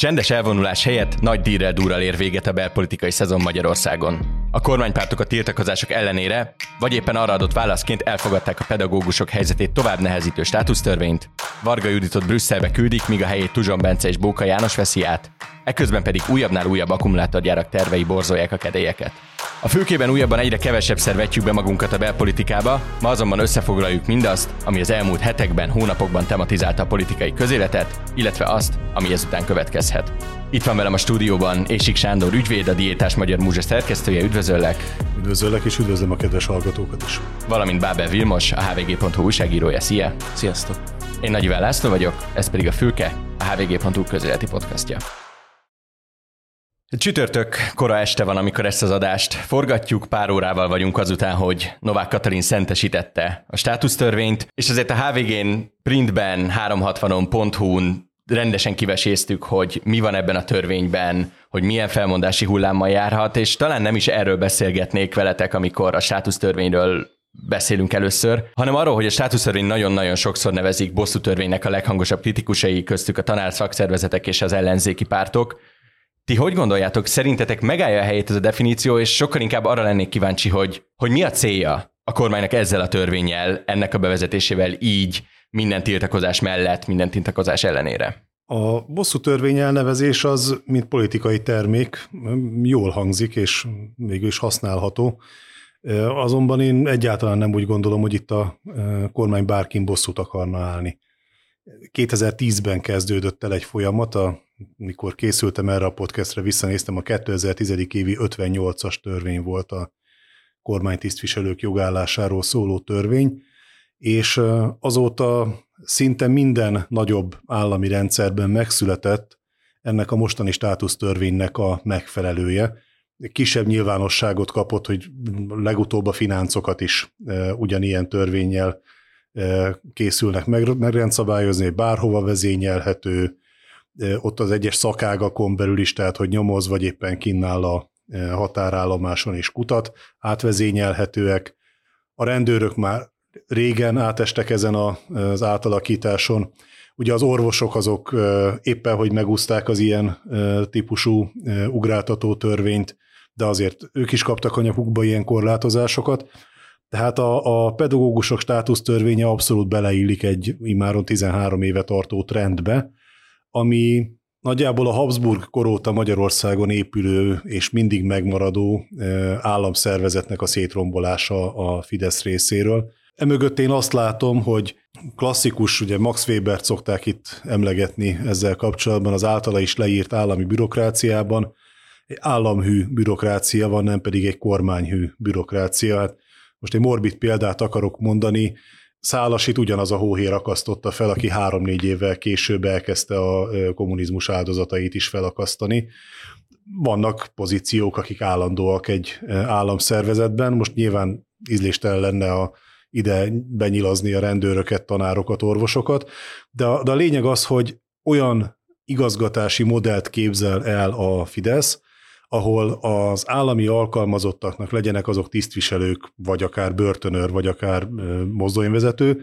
Csendes elvonulás helyett nagy dírrel durral ér véget a belpolitikai szezon Magyarországon. A kormánypártok a tiltakozások ellenére, vagy éppen arra adott válaszként elfogadták a pedagógusok helyzetét tovább nehezítő státusztörvényt, Varga Juditot Brüsszelbe küldik, míg a helyét Tuzson Bence és Bóka János veszi át, eközben pedig újabbnál újabb akkumulátorgyárak tervei borzolják a kedélyeket. A fülkében újabban egyre kevesebbszer vetjük be magunkat a belpolitikába, ma azonban összefoglaljuk mindazt, ami az elmúlt hetekben, hónapokban tematizálta a politikai közéletet, illetve azt, ami ezután következhet. Itt van velem a stúdióban Ésik Sándor ügyvéd, a Diétás Magyar Múzsa szerkesztője, üdvözöllek! Üdvözöllek és üdvözlöm a kedves hallgatókat is! Valamint Bábel Vilmos, a hvg.hu újságírója, szia! Sziasztok! Én Nagy Iván László vagyok, ez pedig a Fülke, a hvg.hu közéleti podcastja. Csütörtök kora este van, amikor ezt az adást forgatjuk, pár órával vagyunk azután, hogy Novák Katalin szentesítette a státusztörvényt, és azért a HVG-n printben, 360.hu-n rendesen kiveséztük, hogy mi van ebben a törvényben, hogy milyen felmondási hullámmal járhat, és talán nem is erről beszélgetnék veletek, amikor a státusztörvényről beszélünk először, hanem arról, hogy a státusztörvény nagyon-nagyon sokszor nevezik bosszútörvénynek a leghangosabb kritikusai, köztük a tanárszakszervezetek és az ellenzéki pártok. Ti hogy gondoljátok, szerintetek megállja a helyét ez a definíció, és sokkal inkább arra lennék kíváncsi, hogy mi a célja a kormánynak ezzel a törvénnyel, ennek a bevezetésével így, minden tiltakozás mellett, minden tiltakozás ellenére? A bosszútörvény elnevezés az, mint politikai termék, jól hangzik, és végül is használható. Azonban én egyáltalán nem úgy gondolom, hogy itt a kormány bárkin bosszút akarna állni. 2010-ben kezdődött el egy folyamat, mikor készültem erre a podcastre, visszanéztem, a 2010. évi 58-as törvény volt a kormánytisztviselők jogállásáról szóló törvény, és azóta szinte minden nagyobb állami rendszerben megszületett ennek a mostani státusztörvénynek a megfelelője. Kisebb nyilvánosságot kapott, hogy legutóbb a fináncokat is ugyanilyen törvénnyel készülnek megrendszabályozni, bárhova vezényelhető, ott az egyes szakágakon belül is, tehát hogy nyomoz, vagy éppen kinnál a határállomáson is kutat, átvezényelhetőek. A rendőrök már régen átestek ezen az átalakításon. Ugye az orvosok azok éppen, hogy megúszták az ilyen típusú ugráltató törvényt, de azért ők is kaptak a nyakukba ilyen korlátozásokat. Tehát a pedagógusok státusztörvénye abszolút beleillik egy immáron 13 éve tartó trendbe, ami nagyjából a Habsburg kor óta Magyarországon épülő és mindig megmaradó államszervezetnek a szétrombolása a Fidesz részéről. Emögött én azt látom, hogy klasszikus, ugye Max Webert szokták itt emlegetni ezzel kapcsolatban, az általa is leírt állami bürokráciában egy államhű bürokrácia van, nem pedig egy kormányhű bürokrácia. Hát most egy morbid példát akarok mondani, Szálasit ugyanaz a hóhér akasztotta fel, aki 3-4 évvel később elkezdte a kommunizmus áldozatait is felakasztani. Vannak pozíciók, akik állandóak egy államszervezetben, most nyilván ízléstelen lenne ide benyilazni a rendőröket, tanárokat, orvosokat, de a lényeg az, hogy olyan igazgatási modellt képzel el a Fidesz, ahol az állami alkalmazottaknak legyenek azok tisztviselők, vagy akár börtönőr, vagy akár mozdonyvezető,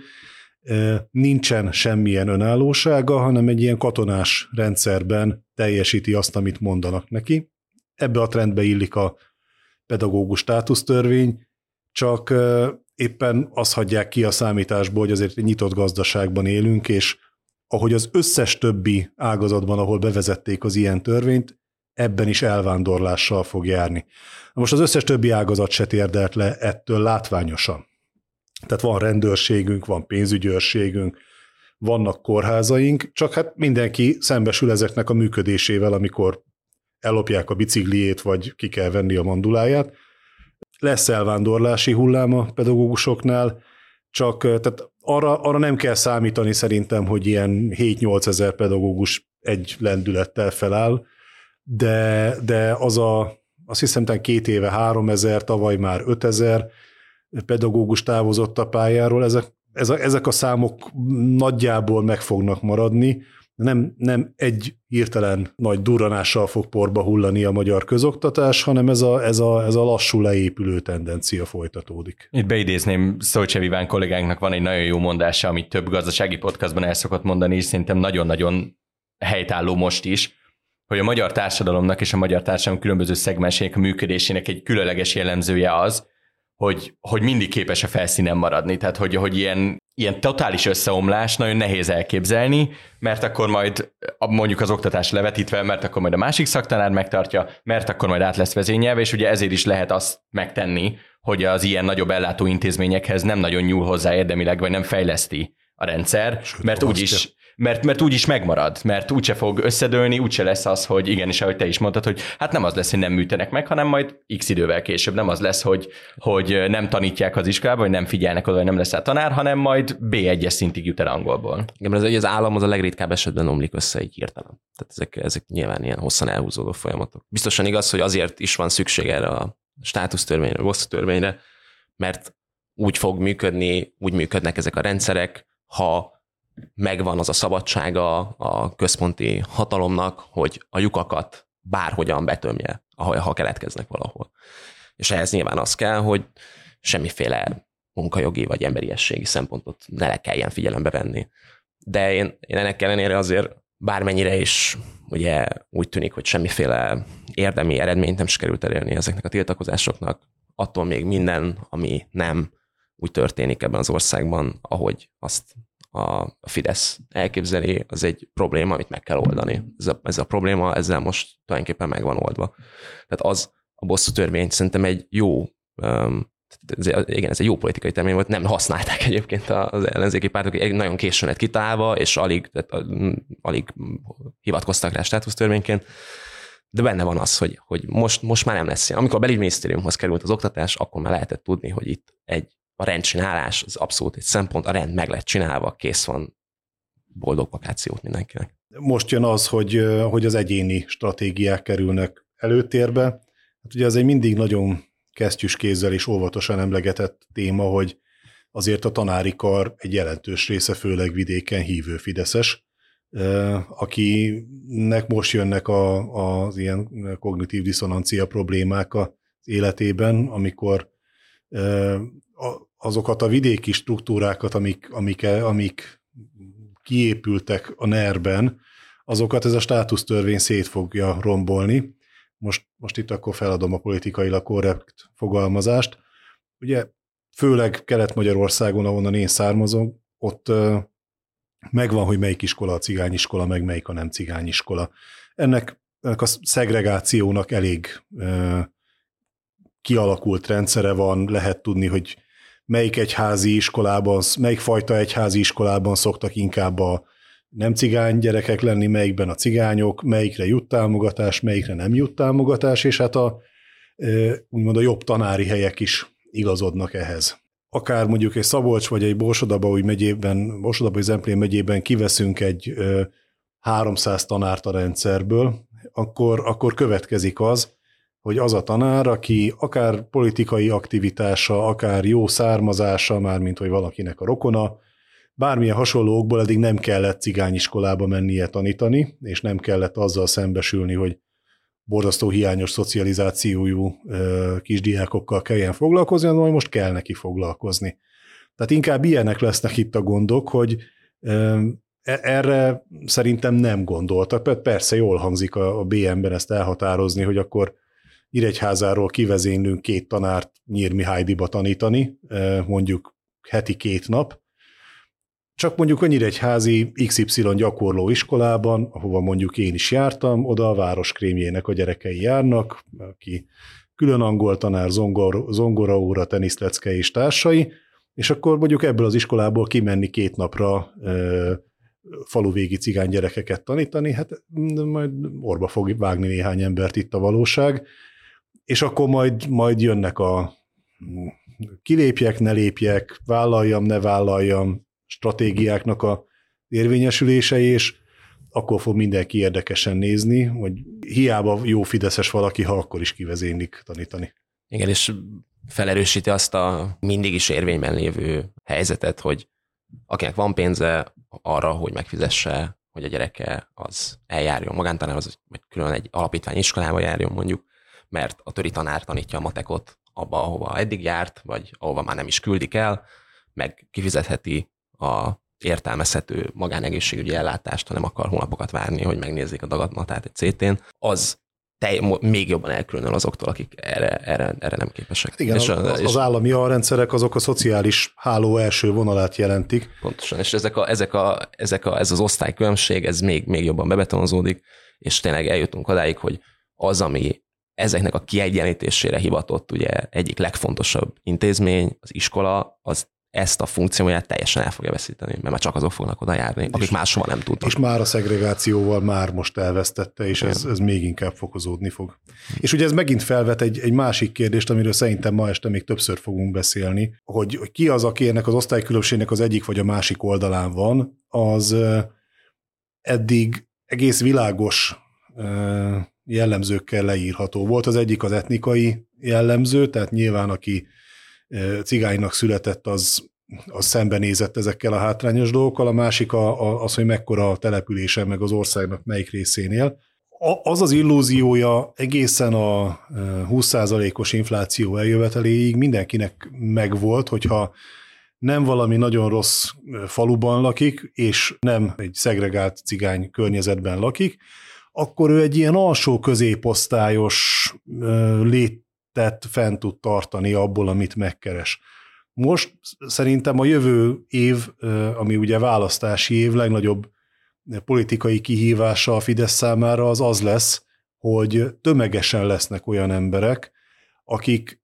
nincsen semmilyen önállósága, hanem egy ilyen katonás rendszerben teljesíti azt, amit mondanak neki. Ebbe a trendbe illik a pedagógus státusztörvény, csak éppen azt hagyják ki a számításból, hogy azért egy nyitott gazdaságban élünk, és ahogy az összes többi ágazatban, ahol bevezették az ilyen törvényt, ebben is elvándorlással fog járni. Most az összes többi ágazat se térdelt le ettől látványosan. Tehát van rendőrségünk, van pénzügyőrségünk, vannak kórházaink, csak hát mindenki szembesül ezeknek a működésével, amikor ellopják a bicikliét, vagy ki kell venni a manduláját. Lesz elvándorlási hullám a pedagógusoknál, csak tehát arra nem kell számítani szerintem, hogy ilyen 7-8 ezer pedagógus egy lendülettel feláll, de azt hiszem, 2 éve 3 ezer, tavaly már 5 ezer pedagógus távozott a pályáról. Ezek a számok nagyjából meg fognak maradni. Nem egy hirtelen nagy durranással fog porba hullani a magyar közoktatás, hanem ez a lassú leépülő tendencia folytatódik. Itt beidézném Szolcsev Iván kollégánknak van egy nagyon jó mondása, amit több gazdasági podcastban el szokott mondani, és szerintem nagyon-nagyon helytálló most is, hogy a magyar társadalomnak és a magyar társadalom különböző szegmensének a működésének egy különleges jellemzője az, hogy mindig képes a felszínen maradni. Tehát, hogy ilyen totális összeomlás nagyon nehéz elképzelni, mert akkor majd mondjuk az oktatás levetítve, mert akkor majd a másik szaktanár megtartja, mert akkor majd át lesz vezényelve, és ugye ezért is lehet azt megtenni, hogy az ilyen nagyobb ellátó intézményekhez nem nagyon nyúl hozzá érdemileg, vagy nem fejleszti a rendszer, mert úgyis megmarad, mert úgyse fog összedőlni, úgyse lesz az, hogy igenis, ahogy te is mondtad, hogy hát nem az lesz, hogy nem műtenek meg, hanem majd x idővel később nem az lesz, hogy nem tanítják az iskolába, vagy nem figyelnek oda, vagy nem lesz tanár, hanem majd B1-es szintig jut el angolból. Igen, mert az állam az a legritkább esetben omlik össze egy hirtelen. Tehát ezek nyilván ilyen hosszan elhúzódó folyamatok. Biztosan igaz, hogy azért is van szükség erre a státusztörvényre, bosszútörvényre, mert úgy fog működni, úgy működnek ezek a rendszerek, ha megvan az a szabadsága a központi hatalomnak, hogy a lyukakat bárhogyan betömje, ha keletkeznek valahol. És ehhez nyilván az kell, hogy semmiféle munkajogi vagy emberiességi szempontot ne kelljen figyelembe venni. De én ennek ellenére azért bármennyire is ugye úgy tűnik, hogy semmiféle érdemi eredményt nem sikerült elérni ezeknek a tiltakozásoknak, attól még minden, ami nem úgy történik ebben az országban, ahogy azt a Fidesz elképzeli, az egy probléma, amit meg kell oldani. Ez a probléma ezzel most tulajdonképpen meg van oldva. Tehát az a bosszútörvény szerintem egy jó, igen, ez egy jó politikai termény volt, nem használták egyébként az ellenzéki pártok, nagyon későn lett kitalálva, és alig hivatkoztak rá státusztörvényként, de benne van az, hogy most már nem lesz ilyen. Amikor a belügyminisztériumhoz került az oktatás, akkor már lehetett tudni, hogy itt a rendcsinálás az abszolút egy szempont, a rend meg lett csinálva, kész van, boldog vakációt mindenkinek. Most jön az, hogy az egyéni stratégiák kerülnek előtérbe. Hát ugye ez egy mindig nagyon kesztyűs kézzel és óvatosan emlegetett téma, hogy azért a tanári kar egy jelentős része, főleg vidéken hívő fideszes, akinek most jönnek az ilyen kognitív diszonancia problémák az életében, amikor azokat a vidéki struktúrákat, amik kiépültek a NER-ben, azokat ez a státusztörvény szét fogja rombolni. Most itt akkor feladom a politikailag korrekt fogalmazást. Ugye főleg Kelet-Magyarországon, ahonnan én származom, ott megvan, hogy melyik iskola a cigányiskola, meg melyik a nem cigányiskola. Ennek a szegregációnak elég kialakult rendszere van, lehet tudni, hogy melyik fajta egyházi iskolában szoktak inkább a nem cigány gyerekek lenni, melyikben a cigányok, melyikre jut támogatás, melyikre nem jut támogatás, és hát úgymond a jobb tanári helyek is igazodnak ehhez. Akár mondjuk egy Szabolcs vagy egy Borsod-Abaúj-Zemplén megyében kiveszünk egy 300 tanárt a rendszerből, akkor következik az, hogy az a tanár, aki akár politikai aktivitása, akár jó származása, mármint hogy valakinek a rokona, bármilyen hasonló okból eddig nem kellett cigányiskolába mennie tanítani, és nem kellett azzal szembesülni, hogy borzasztó hiányos szocializációjú kisdiákokkal kelljen foglalkozni, hanem majd most kell neki foglalkozni. Tehát inkább ilyenek lesznek itt a gondok, hogy erre szerintem nem gondoltak. Persze jól hangzik a BM-ben ezt elhatározni, hogy akkor Nyíregyházáról kivezénylünk 2 tanárt Nyírmihálydiba tanítani, mondjuk heti 2 nap, csak mondjuk a nyíregyházi XY gyakorló iskolában, ahova mondjuk én is jártam, oda a Városkrémjének a gyerekei járnak, aki külön angol tanár, zongoraóra, teniszlecke és társai, és akkor mondjuk ebből az iskolából kimenni 2 napra faluvégi cigány gyerekeket tanítani, hát majd orba fog vágni néhány embert itt a valóság, és akkor majd jönnek a kilépjek, ne lépjek, vállaljam, ne vállaljam stratégiáknak a érvényesülései, és akkor fog mindenki érdekesen nézni, hogy hiába jó fideszes valaki, ha akkor is kivezénylik tanítani. Igen, és felerősíti azt a mindig is érvényben lévő helyzetet, hogy akinek van pénze arra, hogy megfizesse, hogy a gyereke az eljárjon magántanárhoz, vagy külön egy alapítvány iskolába járjon mondjuk, mert a töri tanár tanítja a matekot ahova eddig járt, vagy ahova már nem is küldik el, meg kifizetheti a értelmezhető magánegészségügyi ellátást, ha nem akar hónapokat várni, hogy megnézzék a dagadmatát egy CT-n, az még jobban elkülönül azoktól, akik erre nem képesek. Igen, és az állami alrendszerek azok a szociális háló első vonalát jelentik. Pontosan, és ez az osztálykülönbség, ez még jobban bebetonozódik, és tényleg eljutunk odáig, hogy az, ami ezeknek a kiegyenlítésére hivatott ugye egyik legfontosabb intézmény, az iskola, az ezt a funkcióját teljesen el fogja veszíteni, mert már csak azok fognak oda járni, akik máshova nem tudnak. És már a szegregációval már most elvesztette, és ez még inkább fokozódni fog. És ugye ez megint felvet egy másik kérdést, amiről szerintem ma este még többször fogunk beszélni, hogy ki az, aki ennek az osztálykülönbségnek az egyik vagy a másik oldalán van, az eddig egész világos jellemzőkkel leírható volt. Az egyik az etnikai jellemző, tehát nyilván aki cigánynak született, az szembenézett ezekkel a hátrányos dolgokkal, a másik az, hogy mekkora a településen, meg az országnak melyik részénél. Az illúziója egészen a 20%-os infláció eljöveteléig mindenkinek megvolt, hogyha nem valami nagyon rossz faluban lakik, és nem egy szegregált cigány környezetben lakik, akkor ő egy ilyen alsó középosztályos létet fent tud tartani abból, amit megkeres. Most szerintem a jövő év, ami ugye választási év, legnagyobb politikai kihívása a Fidesz számára az lesz, hogy tömegesen lesznek olyan emberek, akik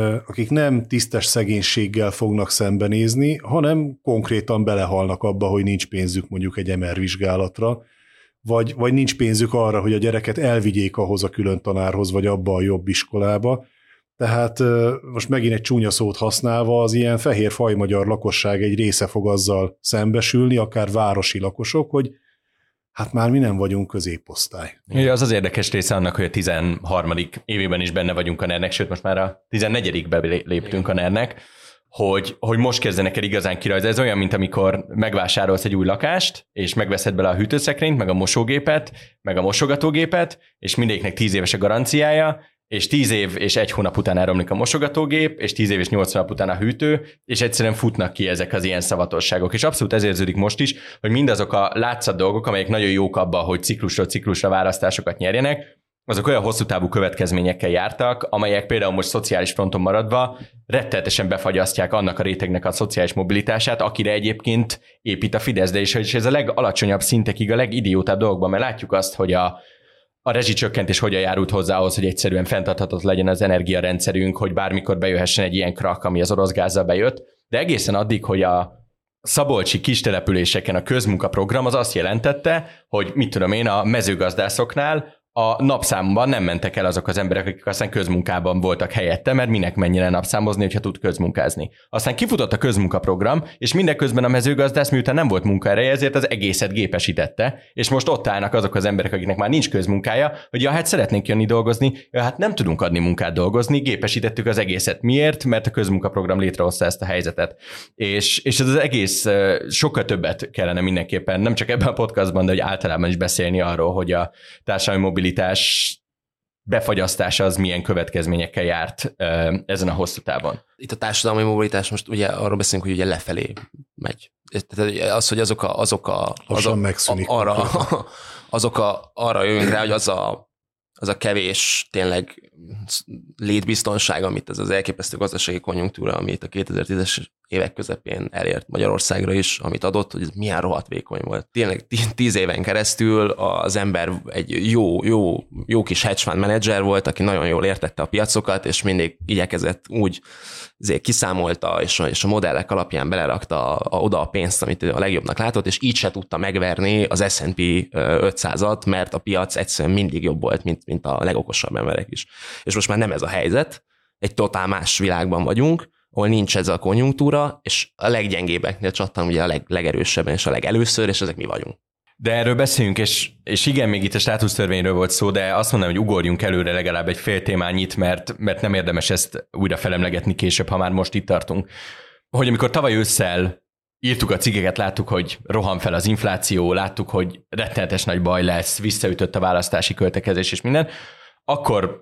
nem tisztes szegénységgel fognak szembenézni, hanem konkrétan belehalnak abba, hogy nincs pénzük mondjuk egy MR vizsgálatra, vagy nincs pénzük arra, hogy a gyereket elvigyék ahhoz a külön tanárhoz, vagy abba a jobb iskolába. Tehát most megint egy csúnya szót használva, az ilyen fehér fajmagyar lakosság egy része fog azzal szembesülni, akár városi lakosok, hogy hát már mi nem vagyunk középosztály. Ja, az érdekes része annak, hogy a 13. évében is benne vagyunk a NER-nek, sőt most már a 14-be léptünk a NER-nek, hogy most kezdenek el igazán kirajzolni. Ez olyan, mint amikor megvásárolsz egy új lakást, és megveszed bele a hűtőszekrényt, meg a mosógépet, meg a mosogatógépet, és mindegyiknek 10 éves a garanciája, és 10 év és 1 hónap után elromlik a mosogatógép, és 10 év és 8 hónap után a hűtő, és egyszerűen futnak ki ezek az ilyen szavatosságok. És abszolút ez érződik most is, hogy mindazok a látszat dolgok, amelyek nagyon jók abban, hogy ciklusról ciklusra választásokat nyerjenek, azok olyan hosszú távú következményekkel jártak, amelyek például most szociális fronton maradva rettenetesen befagyasztják annak a rétegnek a szociális mobilitását, akire egyébként épít a Fidesz, de és ez a legalacsonyabb szintekig, a legidiótább dolgokban, mert látjuk azt, hogy a rezsicsökkentés hogyan járult hozzá ahhoz, hogy egyszerűen fenntartható legyen az energiarendszerünk, hogy bármikor bejöhessen egy ilyen krak, ami az orosz gázzal bejött, de egészen addig, hogy a szabolcsi kistelepüléseken a közmunkaprogram az azt jelentette, hogy mit tudom én, a mezőgazdászoknál a napszámban nem mentek el azok az emberek, akik aztán közmunkában voltak helyette, mert minek menjen el napszámozni, hogyha tud közmunkázni. Aztán kifutott a közmunkaprogram, és mindeközben a mezőgazdász, miután nem volt munkaereje, ezért az egészet gépesítette, és most ott állnak azok az emberek, akiknek már nincs közmunkája, hogy ja, hát szeretnénk jönni dolgozni, ja, hát nem tudunk adni munkát dolgozni, gépesítettük az egészet. Miért? Mert a közmunkaprogram létrehozta ezt a helyzetet. És ez az egész sokkal többet kellene mindenképpen, nem csak ebben a podcastban, de hogy általában is beszélni arról, hogy a társadalmi mobilitás befagyasztása az milyen következményekkel járt ezen a hosszú távon. Itt a társadalmi mobilitás most ugye arról beszélünk, hogy ugye lefelé megy. Tehát az, hogy arra jövünk rá, hogy az a kevés tényleg létbiztonság, amit ez az elképesztő gazdasági konjunktúra, amit a 2010-es évek közepén elért Magyarországra is, amit adott, hogy ez milyen rohadt vékony volt. Tényleg 10 éven keresztül az ember egy jó kis hedge fund menedzser volt, aki nagyon jól értette a piacokat, és mindig igyekezett úgy kiszámolta, és a modellek alapján belerakta oda a pénzt, amit a legjobbnak látott, és így se tudta megverni az S&P 500-at, mert a piac egyszerűen mindig jobb volt, mint a legokosabb emberek is. És most már nem ez a helyzet, egy totál más világban vagyunk, ahol nincs ez a konjunktúra, és a leggyengébbeknél csattan ugye a legerősebben és a legelőször, és ezek mi vagyunk. De erről beszéljünk, és igen, még itt a státusztörvényről volt szó, de azt mondom, hogy ugorjunk előre legalább egy fél témányit, mert nem érdemes ezt újra felemlegetni később, ha már most itt tartunk. Hogy amikor tavaly ősszel írtuk a cikkeket, láttuk, hogy rohan fel az infláció, láttuk, hogy rettenetes nagy baj lesz, visszaütött a választási költekezés és minden, akkor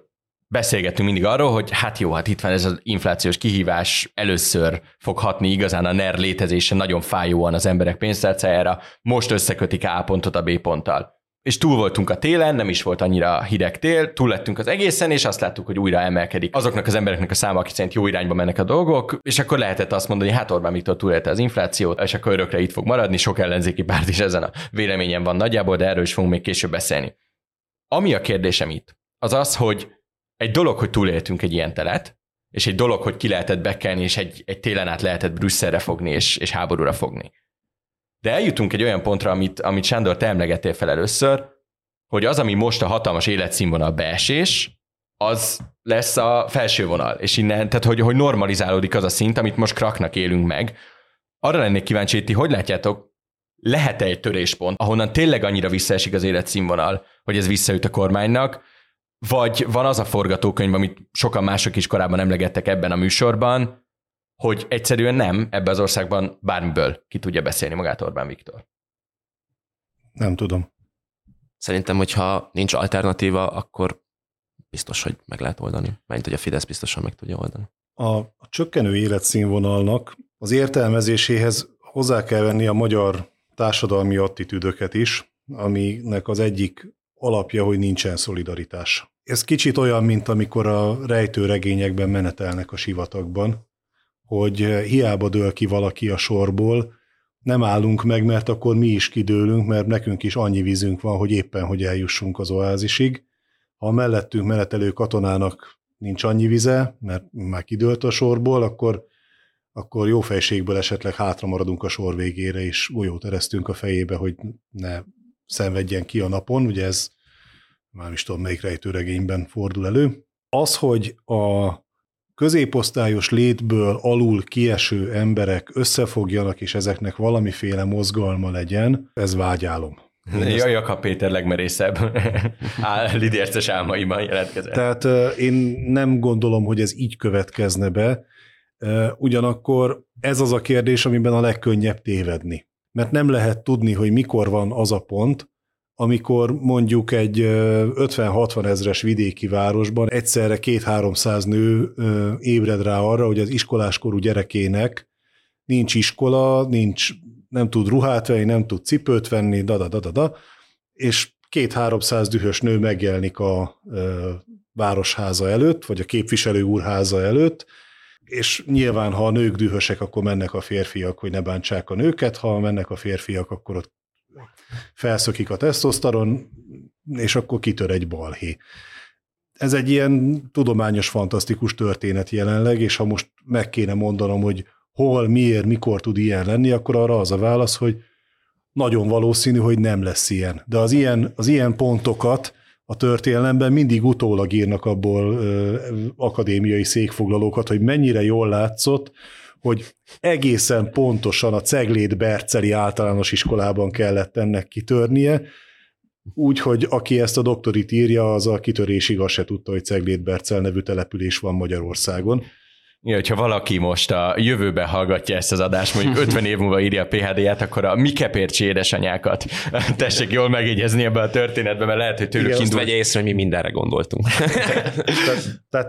beszélgettünk mindig arról, hogy hát jó, hát itt van ez az inflációs kihívás, először fog hatni igazán a NER létezése nagyon fájóan az emberek pénztárcájára, most összekötik A pontot a B ponttal. És túl voltunk a télen, nem is volt annyira hideg tél, túl lettünk az egészen, és azt láttuk, hogy újra emelkedik azoknak az embereknek a száma, akik szerint jó irányba mennek a dolgok, és akkor lehetett azt mondani, hogy hát Orbán Viktor túlélte az inflációt, és akkor örökre itt fog maradni, sok ellenzéki párt is ezen a véleményen van nagyjából, de erről is fogunk még később beszélni. Ami a kérdésem itt, az az, hogy egy dolog, hogy túléltünk egy ilyen telet, és egy dolog, hogy ki lehetett bekelni, és egy télen át lehetett Brüsszelre fogni, és háborúra fogni. De eljutunk egy olyan pontra, amit Sándor, te emlegettél fel először, hogy az, ami most a hatalmas életszínvonal beesés, az lesz a felső vonal, és innen, tehát hogy normalizálódik az a szint, amit most kraknak élünk meg. Arra lennék kíváncsi, ti hogy látjátok, lehet-e egy töréspont, ahonnan tényleg annyira visszaesik az életszínvonal, hogy ez visszaüt a kormánynak, vagy van az a forgatókönyv, amit sokan mások is korábban emlegettek ebben a műsorban, hogy egyszerűen nem ebben az országban bármiből ki tudja beszélni magát Orbán Viktor? Nem tudom. Szerintem, hogyha nincs alternatíva, akkor biztos, hogy meg lehet oldani. Mert hogy a Fidesz biztosan meg tudja oldani. A csökkenő életszínvonalnak az értelmezéséhez hozzá kell venni a magyar társadalmi attitűdöket is, aminek az egyik alapja, hogy nincsen szolidaritás. Ez kicsit olyan, mint amikor a rejtőregényekben menetelnek a sivatagban, hogy hiába dől ki valaki a sorból, nem állunk meg, mert akkor mi is kidőlünk, mert nekünk is annyi vízünk van, hogy éppen hogy eljussunk az oázisig. Ha a mellettünk menetelő katonának nincs annyi vize, mert már kidőlt a sorból, akkor jó fejségből esetleg hátra maradunk a sor végére, és golyót eresztünk a fejébe, hogy ne szenvedjen ki a napon. Ugye ez már is tudom, melyik rejtőregényben fordul elő. Az, hogy a középosztályos létből alul kieső emberek összefogjanak, és ezeknek valamiféle mozgalma legyen, ez vágyálom. Jakab Péter legmerészebb lidérces álmaiban jelentkezett. Tehát én nem gondolom, hogy ez így következne be, ugyanakkor ez az a kérdés, amiben a legkönnyebb tévedni. Mert nem lehet tudni, hogy mikor van az a pont, amikor mondjuk egy 50-60 ezres vidéki városban egyszerre 200-300 nő ébred rá arra, hogy az iskoláskorú gyerekének nincs iskola, nem tud ruhát venni, nem tud cipőt venni, és 200-300 dühös nő megjelenik a városháza előtt, vagy a képviselő úrháza előtt, és nyilván, ha a nők dühösek, akkor mennek a férfiak, hogy ne bántsák a nőket, ha mennek a férfiak, akkor ott felszökik a tesztoszteron, és akkor kitör egy balhé. Ez egy ilyen tudományos, fantasztikus történet jelenleg, és ha most meg kéne mondanom, hogy hol, miért, mikor tud ilyen lenni, akkor arra az a válasz, hogy nagyon valószínű, hogy nem lesz ilyen. De az ilyen pontokat a történelemben mindig utólag írnak abból akadémiai székfoglalókat, hogy mennyire jól látszott, hogy egészen pontosan a Cegléd-Berceli általános iskolában kellett ennek kitörnie, úgyhogy aki ezt a doktorit írja, az a kitörésig azt se tudta, hogy Cegléd-Bercel nevű település van Magyarországon. Ja, hogyha valaki most a jövőben hallgatja ezt az adást, mondjuk 50 év múlva írja a PhD-ját, akkor a mi kepércsi édesanyákat tessék jól megjegyezni ebbe a történetbe, mert lehet, hogy tőlük indul. Vegye észre, hogy mi mindenre gondoltunk. Tehát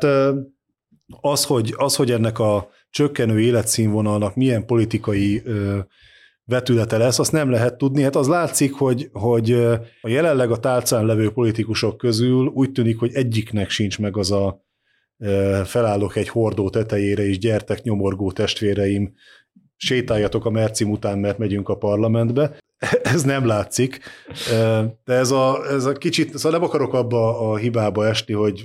az, hogy ennek a csökkenő életszínvonalnak milyen politikai vetülete lesz, azt nem lehet tudni. Hát az látszik, hogy a jelenleg a tálcán levő politikusok közül úgy tűnik, hogy egyiknek sincs meg az a felállok egy hordó tetejére, és gyertek nyomorgó testvéreim, sétáljatok a Mercim után, mert megyünk a parlamentbe. Ez nem látszik. De ez a kicsit, szóval nem akarok abba a hibába esni, hogy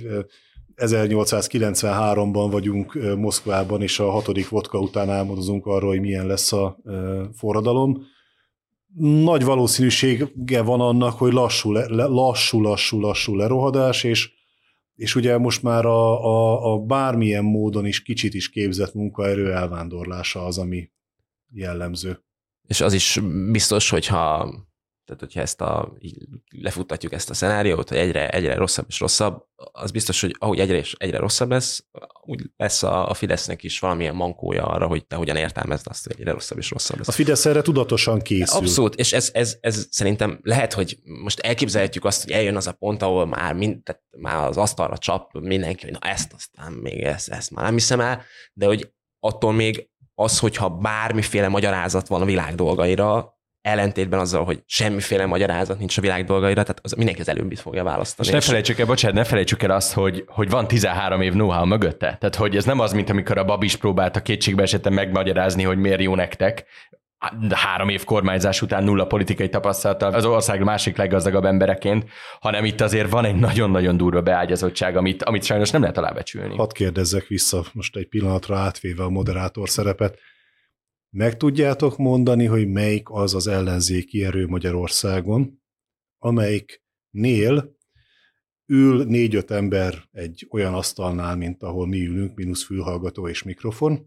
1893-ban vagyunk Moszkvában, és a 6. vodka után álmodozunk arról, hogy milyen lesz a forradalom. Nagy valószínűsége van annak, hogy lassú lerohadás, és ugye most már a bármilyen módon is kicsit is képzett munkaerő elvándorlása az, ami jellemző. És az is biztos, hogyha ezt így lefuttatjuk ezt a szenáriót, hogy egyre rosszabb és rosszabb, az biztos, hogy ahogy egyre rosszabb lesz, úgy lesz a Fidesznek is valamilyen mankója arra, hogy te hogyan értelmezd azt, hogy egyre rosszabb és rosszabb lesz. A Fidesz erre tudatosan készül. Abszolút, és ez szerintem lehet, hogy most elképzelhetjük azt, hogy eljön az a pont, ahol már az asztalra csap mindenki, hogy na ezt aztán még ezt már nem hiszem el, de hogy attól még az, hogyha bármiféle magyarázat van a világ dolgaira, ellentétben azzal, hogy semmiféle magyarázat nincs a világ dolgaira, tehát az mindenki az előbbit fogja választani. És ne felejtsük el azt, hogy van 13 év know-how mögötte. Tehát, hogy ez nem az, mint amikor a Babis próbálta kétségbe esetten megmagyarázni, hogy miért jó nektek. 3 év kormányzás után 0 politikai tapasztalattal az ország másik leggazdagabb embereként, hanem itt azért van egy nagyon-nagyon durva beágyazottság, amit sajnos nem lehet alábecsülni. Hadd kérdezzek vissza most egy pillanatra átvéve a moderátor szerepet. Meg tudjátok mondani, hogy melyik az az ellenzéki erő Magyarországon, amelyiknél ül 4-5 ember egy olyan asztalnál, mint ahol mi ülünk, mínusz fülhallgató és mikrofon,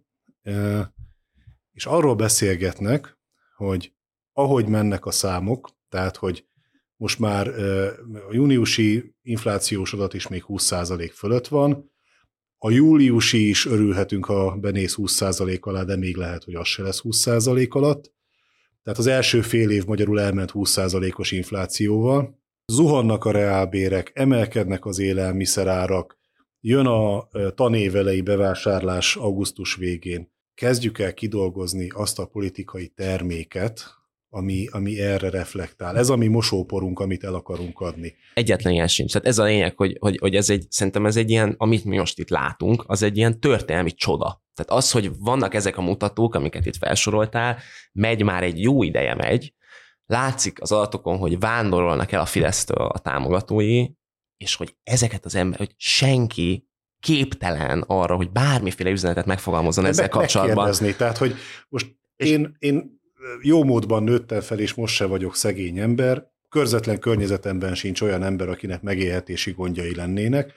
és arról beszélgetnek, hogy ahogy mennek a számok, tehát hogy most már a júniusi inflációs adat is még 20% fölött van, a júliusi is örülhetünk, ha benéz 20% alá, de még lehet, hogy az se lesz 20% alatt. Tehát az első fél év magyarul elment 20%-os inflációval. Zuhannak a reálbérek, emelkednek az élelmiszerárak, jön a tanévelei bevásárlás augusztus végén. Kezdjük el kidolgozni azt a politikai terméket, ami erre reflektál. Ez a mi mosóporunk, amit el akarunk adni. Egyetlen ilyen sincs. Tehát ez a lényeg, hogy szerintem ez egy ilyen, amit mi most itt látunk, az egy ilyen történelmi csoda. Tehát az, hogy vannak ezek a mutatók, amiket itt felsoroltál, már egy jó ideje látszik az adatokon, hogy vándorolnak el a Fidesztől a támogatói, és hogy ezeket az emberek, hogy senki képtelen arra, hogy bármiféle üzenetet megfogalmazzon ezzel kapcsolatban. Megkérdezni, tehát hogy most én jó módban nőttem fel, és most se vagyok szegény ember, körzetlen környezetemben sincs olyan ember, akinek megélhetési gondjai lennének.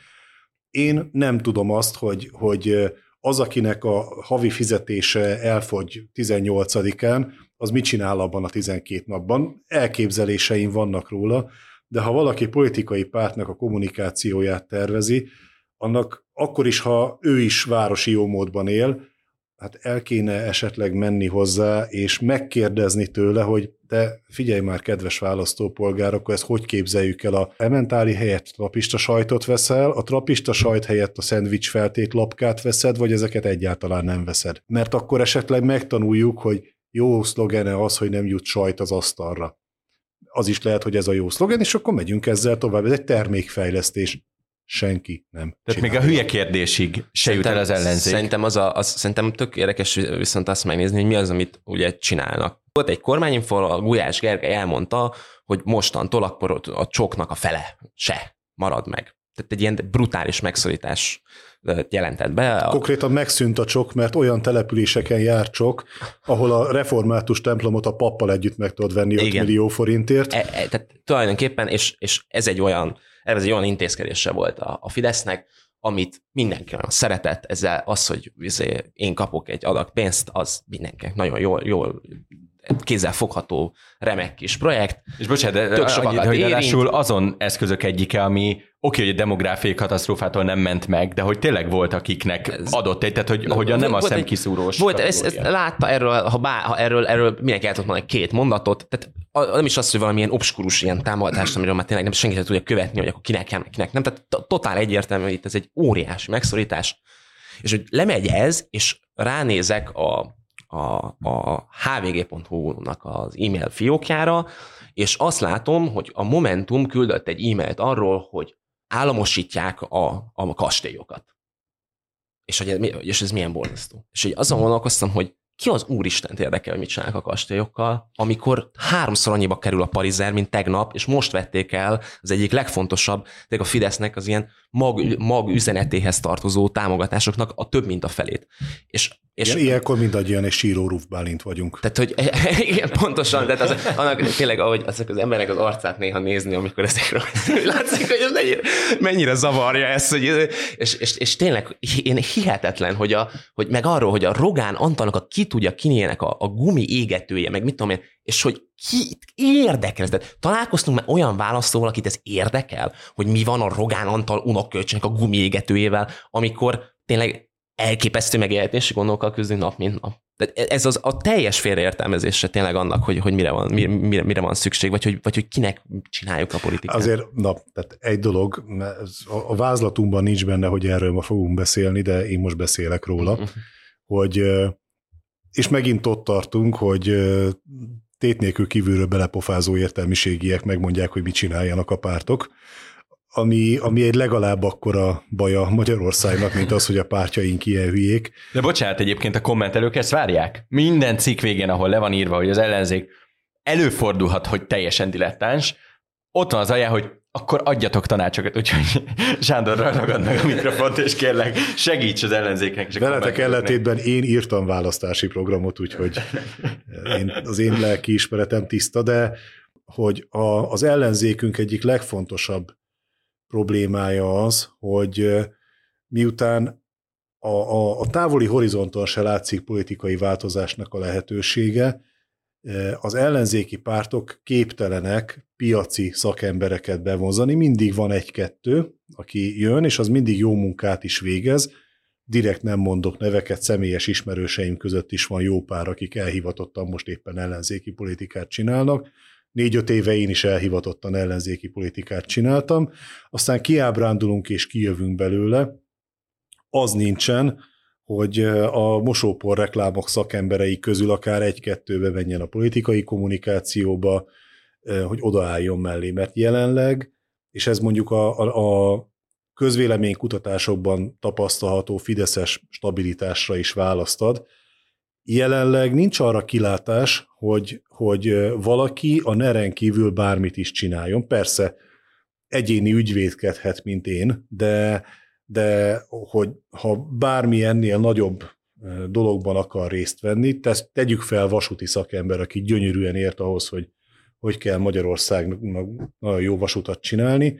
Én nem tudom azt, hogy az, akinek a havi fizetése elfogy 18-án, az mit csinál abban a 12 napban. Elképzeléseim vannak róla, de ha valaki politikai pártnak a kommunikációját tervezi, annak akkor is, ha ő is városi jómódban él, hát el kéne esetleg menni hozzá, és megkérdezni tőle, hogy te figyelj már, kedves választópolgár, akkor ezt hogy képzeljük el? A ementáli helyett trapista sajtot veszel, a trapista sajt helyett a szendvics feltét lapkát veszed, vagy ezeket egyáltalán nem veszed? Mert akkor esetleg megtanuljuk, hogy jó szlogene az, hogy nem jut sajt az asztalra. Az is lehet, hogy ez a jó szlogen, és akkor megyünk ezzel tovább. Ez egy termékfejlesztés. Senki nem. Tehát még a hülye kérdésig se jut el az ellenzék. Szerintem tök érdekes viszont azt megnézni, hogy mi az, amit ugye csinálnak. Volt egy kormányinfo, a Gulyás Gergely elmondta, hogy mostantól akkor a csoknak a fele se marad meg. Tehát egy ilyen brutális megszorítás jelentett be. Konkrétan megszűnt a csok, mert olyan településeken jár csok, ahol a református templomot a pappal együtt meg tudod venni 5 millió forintért. Tehát tulajdonképpen, és ez egy olyan intézkedése volt a Fidesznek, amit mindenki nagyon szeretett, ezzel az, hogy én kapok egy adag pénzt, az mindenkinek nagyon jól kézzel fogható, remek kis projekt. És bocsánat, de hogy ráadásul azon eszközök egyike, ami oké, hogy a demográfiai katasztrófától nem ment meg, de hogy tényleg volt, akiknek adott egy, tehát hogy nem a szemkiszúrós. Volt, ezt látta erről mindenki el tudott mondani 2 mondatot, tehát nem is az, hogy valamilyen obskurus ilyen támogatást, amiről már tényleg nem senki sem tudja követni, hogy akkor kinek nem, tehát totál egyértelmű, hogy itt ez egy óriási megszorítás, és hogy lemegy ez, és ránézek a hvg.hu-nak az e-mail fiókjára, és azt látom, hogy a Momentum küldött egy e-mailt arról, hogy államosítják a kastélyokat. És ez milyen borzasztó. És hogy azon gondolkoztam, hogy ki az úristent érdekel, hogy mit csinálnak a kastélyokkal, amikor 3-szor annyiba kerül a parizer, mint tegnap, és most vették el az egyik legfontosabb, a Fidesznek az ilyen mag üzenetéhez tartozó támogatásoknak a több mint a felét. És És ilyenkor mindannyian egy síró Ruf Bálint vagyunk. Tehát, hogy igen, pontosan, tehát annak tényleg, ahogy azok az emberek az arcát néha nézni, amikor ezekről látszik, hogy ez mennyire zavarja ezt, hogy, és tényleg én hihetetlen, hogy meg arról, hogy a Rogán Antalnak ki tudja kinének a gumi égetője, meg mit tudom én, és hogy ki érdekel. Tehát találkoztunk már olyan választóval, akit ez érdekel, hogy mi van a Rogán Antal unokkölcsének a gumi égetőjével, amikor tényleg elképesztő megélhetési gondokkal küzdünk nap, mint nap. Tehát ez a teljes félreértelmezése tényleg annak, hogy mire van szükség, vagy hogy kinek csináljuk a politikát. Azért, tehát egy dolog, a vázlatunkban nincs benne, hogy erről ma fogunk beszélni, de én most beszélek róla, hogy, és megint ott tartunk, hogy tét nélkül kívülről belepofázó értelmiségiek megmondják, hogy mit csináljanak a pártok, ami egy legalább akkora baja Magyarországnak, mint az, hogy a pártjaink ilyen hülyék. De bocsánat, egyébként a kommentelők ezt várják. Minden cikk végén, ahol le van írva, hogy az ellenzék előfordulhat, hogy teljesen dilettáns, ott van az ajánl, hogy akkor adjatok tanácsokat, úgyhogy Sándor ragad meg a mikrofont, és kérlek, segíts az ellenzéknek. Veletek ellentétben én írtam választási programot, úgyhogy az én lelkiismeretem tiszta, de hogy az ellenzékünk egyik legfontosabb problémája az, hogy miután a távoli horizonton se látszik politikai változásnak a lehetősége, az ellenzéki pártok képtelenek piaci szakembereket bevonzani, mindig van egy-kettő, aki jön, és az mindig jó munkát is végez, direkt nem mondok neveket, személyes ismerőseim között is van jó pár, akik elhivatottan most éppen ellenzéki politikát csinálnak, 4-5 éve én is elhivatottan ellenzéki politikát csináltam, aztán kiábrándulunk és kijövünk belőle, az nincsen, hogy a mosópor reklámok szakemberei közül akár egy-kettőbe menjen a politikai kommunikációba, hogy odaálljon mellé, mert jelenleg, és ez mondjuk a közvéleménykutatásokban tapasztalható fideszes stabilitásra is választ ad, jelenleg nincs arra kilátás, hogy valaki a NER-en kívül bármit is csináljon. Persze egyéni ügyvédkedhet, mint én, de hogy ha bármi ennél nagyobb dologban akar részt venni, tegyük fel vasúti szakember, aki gyönyörűen ért ahhoz, hogy kell Magyarországnak nagyon jó vasutat csinálni,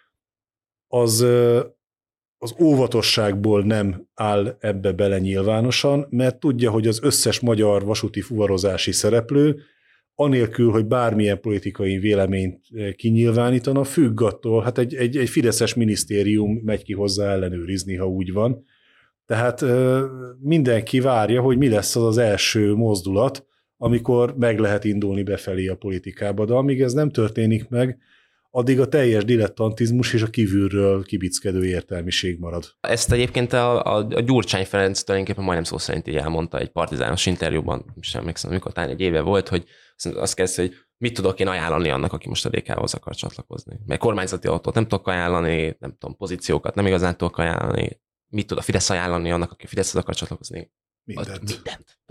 az óvatosságból nem áll ebbe bele nyilvánosan, mert tudja, hogy az összes magyar vasúti fuvarozási szereplő, anélkül, hogy bármilyen politikai véleményt kinyilvánítana, függ attól, hát egy fideszes minisztérium megy ki hozzá ellenőrizni, ha úgy van. Tehát mindenki várja, hogy mi lesz az első mozdulat, amikor meg lehet indulni befelé a politikába, de amíg ez nem történik meg, addig a teljes dilettantizmus és a kívülről kibickedő értelmiség marad. Ezt egyébként a Gyurcsány Ferenc tulajdonképpen majdnem szó szerint így elmondta egy partizános interjúban, sem emlékszem, amikor talán egy éve volt, hogy azt kezdte, hogy mit tudok én ajánlani annak, aki most a DK-hoz akar csatlakozni. Mert kormányzati autót nem tudok ajánlani, nem tudom, pozíciókat nem igazán tudok ajánlani, mit tud a Fidesz ajánlani annak, aki Fideszhez akar csatlakozni. Mindent.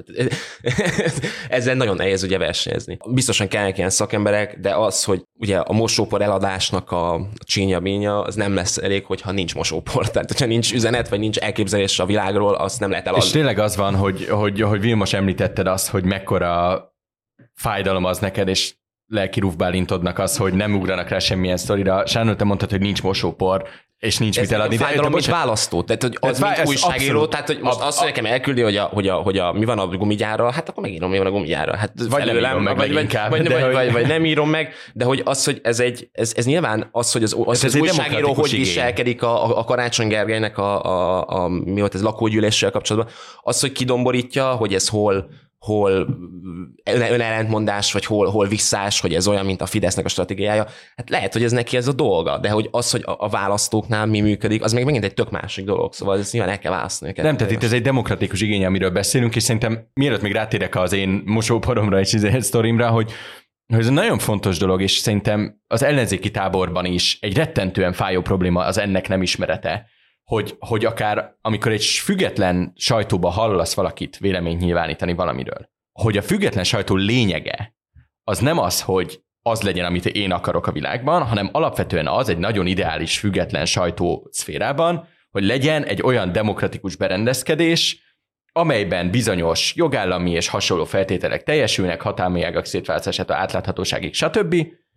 Ezzel nagyon nehéz ugye versenyezni. Biztosan kellnek ilyen szakemberek, de az, hogy ugye a mosópor eladásnak a csínya-bínya, az nem lesz elég, hogyha nincs mosópor. Tehát, hogyha nincs üzenet, vagy nincs elképzelés a világról, azt nem lehet eladni. És tényleg az van, hogy Vilmos említetted azt, hogy mekkora fájdalom az neked, és lelki Ruf Bálintodnak az, hogy nem ugranak rá semmilyen sztorira. Sándor, te mondtad, hogy nincs mosópor, és nincs mit eladni. Fájdalom, mint választó. Tehát, hogy az mint újságíró, tehát, hogy most azt, hogy nekem elküldi, hogy mi van a gumigyárral, hát akkor megírom, mi van a gumigyárral. Hát vagy nem írom meg vagy nem írom meg, de hogy az, hogy ez nyilván az, hogy az újságíró hogy viselkedik a Karácsony Gergelynek mi volt ez lakógyűléssel kapcsolatban, az, hogy kidomborítja, hogy ez hol önellentmondás, vagy hol visszás, hogy ez olyan, mint a Fidesznek a stratégiája. Hát lehet, hogy ez neki ez a dolga, de hogy az, hogy a választóknál mi működik, az még megint egy tök másik dolog, szóval ezt nyilván el kell választani. Nem, tehát itt ez egy demokratikus igény, amiről beszélünk, és szerintem mielőtt még rátérek az én mosóporomra és sztorimra, hogy ez egy nagyon fontos dolog, és szerintem az ellenzéki táborban is egy rettentően fájó probléma az ennek nem ismerete, hogy akár amikor egy független sajtóba hallasz valakit véleményt nyilvánítani valamiről, hogy a független sajtó lényege az nem az, hogy az legyen, amit én akarok a világban, hanem alapvetően az egy nagyon ideális független sajtó szférában, hogy legyen egy olyan demokratikus berendezkedés, amelyben bizonyos jogállami és hasonló feltételek teljesülnek, hatalmi ágak szétválasztásától átláthatóságig, stb.,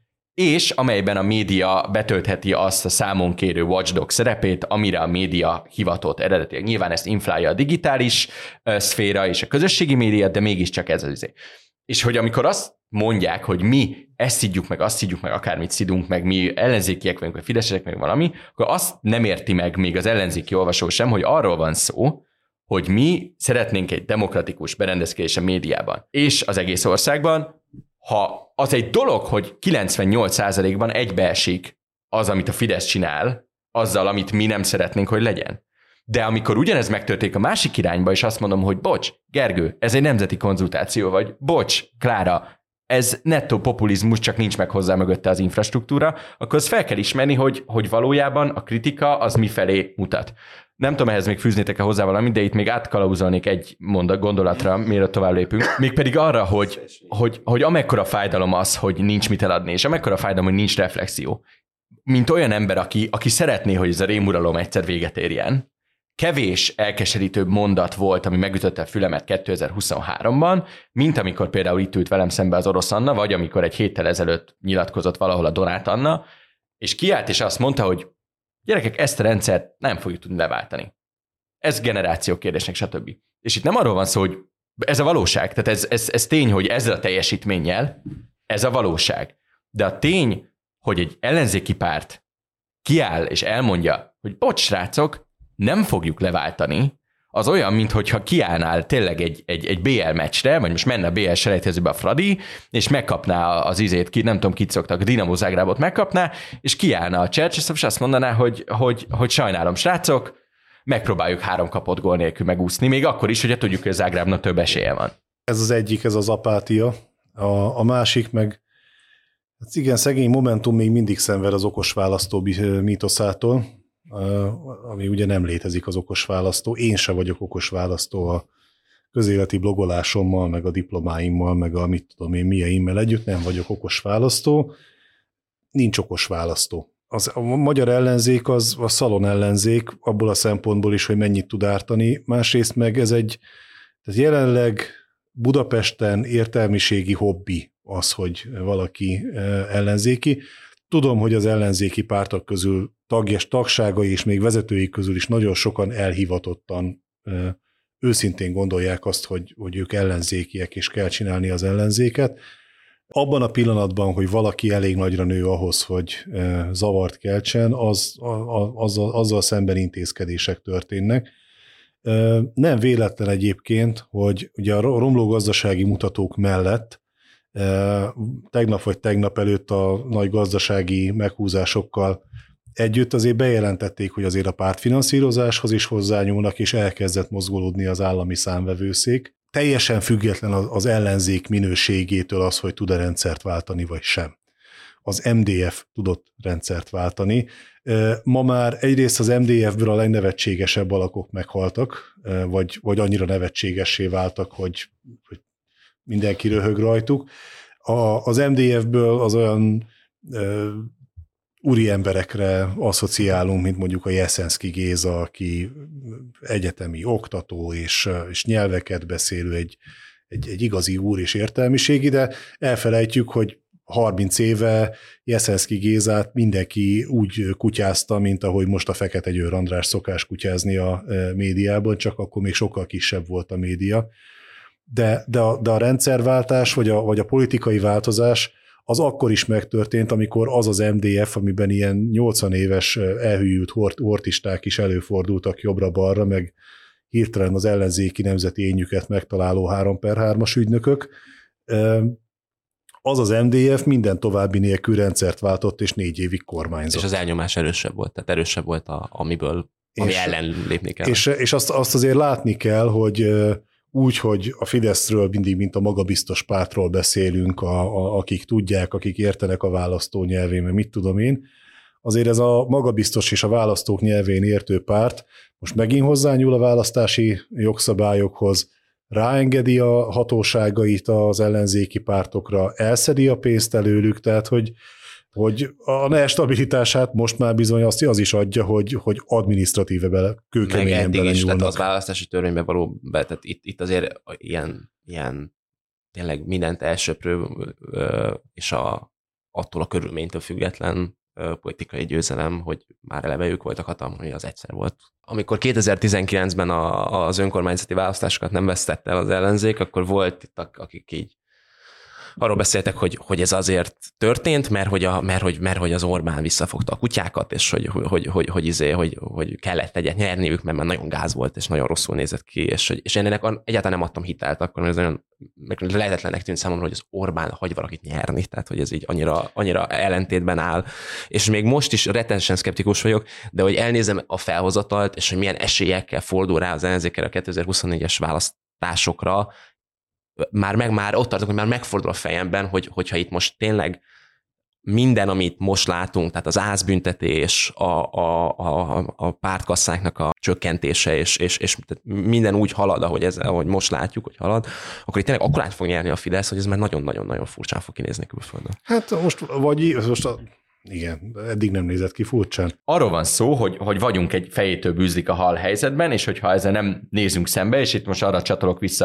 és amelyben a média betöltheti azt a számonkérő watchdog szerepét, amire a média hivatott eredetileg. Nyilván ezt inflálja a digitális szféra és a közösségi média, de mégiscsak ez az izé. És hogy amikor azt mondják, hogy mi ezt szidjuk meg, azt szidjuk meg, akármit szidunk meg, mi ellenzékiek vagyunk, vagy fideszesek meg valami, akkor azt nem érti meg még az ellenzéki olvasó sem, hogy arról van szó, hogy mi szeretnénk egy demokratikus berendezkedés a médiában és az egész országban, ha az egy dolog, hogy 98%-ban egybeesik az, amit a Fidesz csinál, azzal, amit mi nem szeretnénk, hogy legyen. De amikor ugyanez megtörténik a másik irányba, és azt mondom, hogy bocs, Gergő, ez egy nemzeti konzultáció, vagy bocs, Klára, ez nettó populizmus, csak nincs meg hozzá mögötte az infrastruktúra, akkor azt fel kell ismerni, hogy valójában a kritika az mifelé mutat. Nem tudom, ehhez még fűznétek-e hozzá valamit, de itt még átkalauzolnék egy gondolatra, mielőtt tovább lépünk. Mégpedig arra, hogy amekkora fájdalom az, hogy nincs mit eladni, és amekkora fájdalom, hogy nincs reflexió. Mint olyan ember, aki szeretné, hogy ez a rémuralom egyszer véget érjen, kevés elkeserítőbb mondat volt, ami megütötte a fülemet 2023-ban, mint amikor például itt ült velem szembe az Orosz Anna, vagy amikor egy héttel ezelőtt nyilatkozott valahol a Donát Anna, és kiállt és azt mondta, hogy gyerekek, ezt a rendszert nem fogjuk tudni leváltani. Ez generáció kérdésnek, stb. És itt nem arról van szó, hogy ez a valóság, tehát ez tény, hogy ezzel a teljesítménnyel ez a valóság. De a tény, hogy egy ellenzéki párt kiáll és elmondja, hogy bocs, srácok, nem fogjuk leváltani, az olyan, mintha kiállnál tényleg egy BL meccsre, vagy most menne a BL selejtezőbe a Fradi, és megkapná az izét, nem tudom, kit szoktak, a Dinamo Zágrábot megkapná, és kiállna a Csercseszov, és azt mondaná, hogy sajnálom, srácok, megpróbáljuk 3 kapott gól nélkül megúszni, még akkor is, hogyha tudjuk, hogy a Zágrábnak több esélye van. Ez az egyik, ez az apátia. A másik meg, hát igen, szegény Momentum még mindig szenved az okos választó mítoszától, ami ugye nem létezik az okos választó. Én se vagyok okos választó a közéleti blogolásommal, meg a diplomáimmal, meg a mit tudom én mieimmel együtt, nem vagyok okos választó. Nincs okos választó. A magyar ellenzék az a szalon ellenzék, abból a szempontból is, hogy mennyit tud ártani. Másrészt meg ez tehát jelenleg Budapesten értelmiségi hobbi az, hogy valaki ellenzéki. Tudom, hogy az ellenzéki pártok közül tagságai és még vezetőik közül is nagyon sokan elhivatottan őszintén gondolják azt, hogy ők ellenzékiek és kell csinálni az ellenzéket. Abban a pillanatban, hogy valaki elég nagyra nő ahhoz, hogy zavart keltsen, azzal szemben intézkedések történnek. Nem véletlen egyébként, hogy ugye a romló gazdasági mutatók mellett tegnap előtt a nagy gazdasági meghúzásokkal együtt azért bejelentették, hogy azért a pártfinanszírozáshoz is hozzányúlnak, és elkezdett mozgolódni az állami számvevőszék. Teljesen független az ellenzék minőségétől az, hogy tud-e rendszert váltani, vagy sem. Az MDF tudott rendszert váltani. Ma már egyrészt az MDF-ből a legnevetségesebb alakok meghaltak, vagy annyira nevetségessé váltak, hogy mindenki röhög rajtuk. Az MDF-ből az olyan úri emberekre asszociálunk, mint mondjuk a Jeszenszky Géza, aki egyetemi oktató és nyelveket beszélő, egy igazi úr és értelmiségi, de elfelejtjük, hogy 30 éve Jeszenszky Gézát mindenki úgy kutyázta, mint ahogy most a Fekete Győr András szokás kutyázni a médiában, csak akkor még sokkal kisebb volt a média. De a rendszerváltás, vagy a politikai változás az akkor is megtörtént, amikor az MDF, amiben ilyen 80 éves elhűült hortisták is előfordultak jobbra-balra, meg hirtelen az ellenzéki nemzeti énjüket megtaláló 3/3-as ügynökök, az MDF minden további nélkül rendszert váltott, és 4 évig kormányzott. És az elnyomás erősebb volt, tehát erősebb volt, ami ellen lépni kell. És azt azért látni kell, hogy úgy, hogy a Fideszről mindig, mint a magabiztos pártról beszélünk, akik tudják, akik értenek a választó nyelvén, meg mit tudom én, azért ez a magabiztos és a választók nyelvén értő párt most megint hozzányúl a választási jogszabályokhoz, ráengedi a hatóságait az ellenzéki pártokra, elszedi a pénzt előlük, tehát hogy hogy a NER stabilitását most már bizony az is adja, hogy adminisztratíve bele, kőkeményen belenyúlnak. Az választási törvénybe való, tehát itt azért ilyen tényleg mindent elsöprő, és attól a körülménytől független politikai győzelem, hogy már eleve ők voltak hatalmon, hogy az egyszer volt. Amikor 2019-ben az önkormányzati választásokat nem vesztette el az ellenzék, akkor volt itt, akik így arról beszéltek, hogy ez azért történt, mert hogy az Orbán visszafogta a kutyákat, és hogy kellett egyet nyerniük, mert már nagyon gáz volt, és nagyon rosszul nézett ki, és én ennek egyáltalán nem adtam hitelt akkor, mert ez nagyon lehetetlennek tűnt számomra, hogy az Orbán hagy valakit nyerni, tehát hogy ez így annyira ellentétben áll. És még most is rettenesen szkeptikus vagyok, de hogy elnézem a felhozatalt, és hogy milyen esélyekkel fordul rá az ellenzékkel a 2024-es választásokra, már ott tartok, hogy már megfordul a fejemben, hogyha itt most tényleg minden, amit most látunk, tehát az ázbüntetés, a pártkasszáknak a csökkentése, és minden úgy halad, ahogy most látjuk, hogy halad, akkor itt tényleg akkor át fog nyerni a Fidesz, hogy ez már nagyon-nagyon-nagyon furcsán fog kinézni külföldön. Hát igen, eddig nem nézett ki furcsán. Arról van szó, hogy vagyunk egy fejétől bűzlik a hal helyzetben, és hogyha ezzel nem nézünk szembe, és itt most arra csatolok vissza,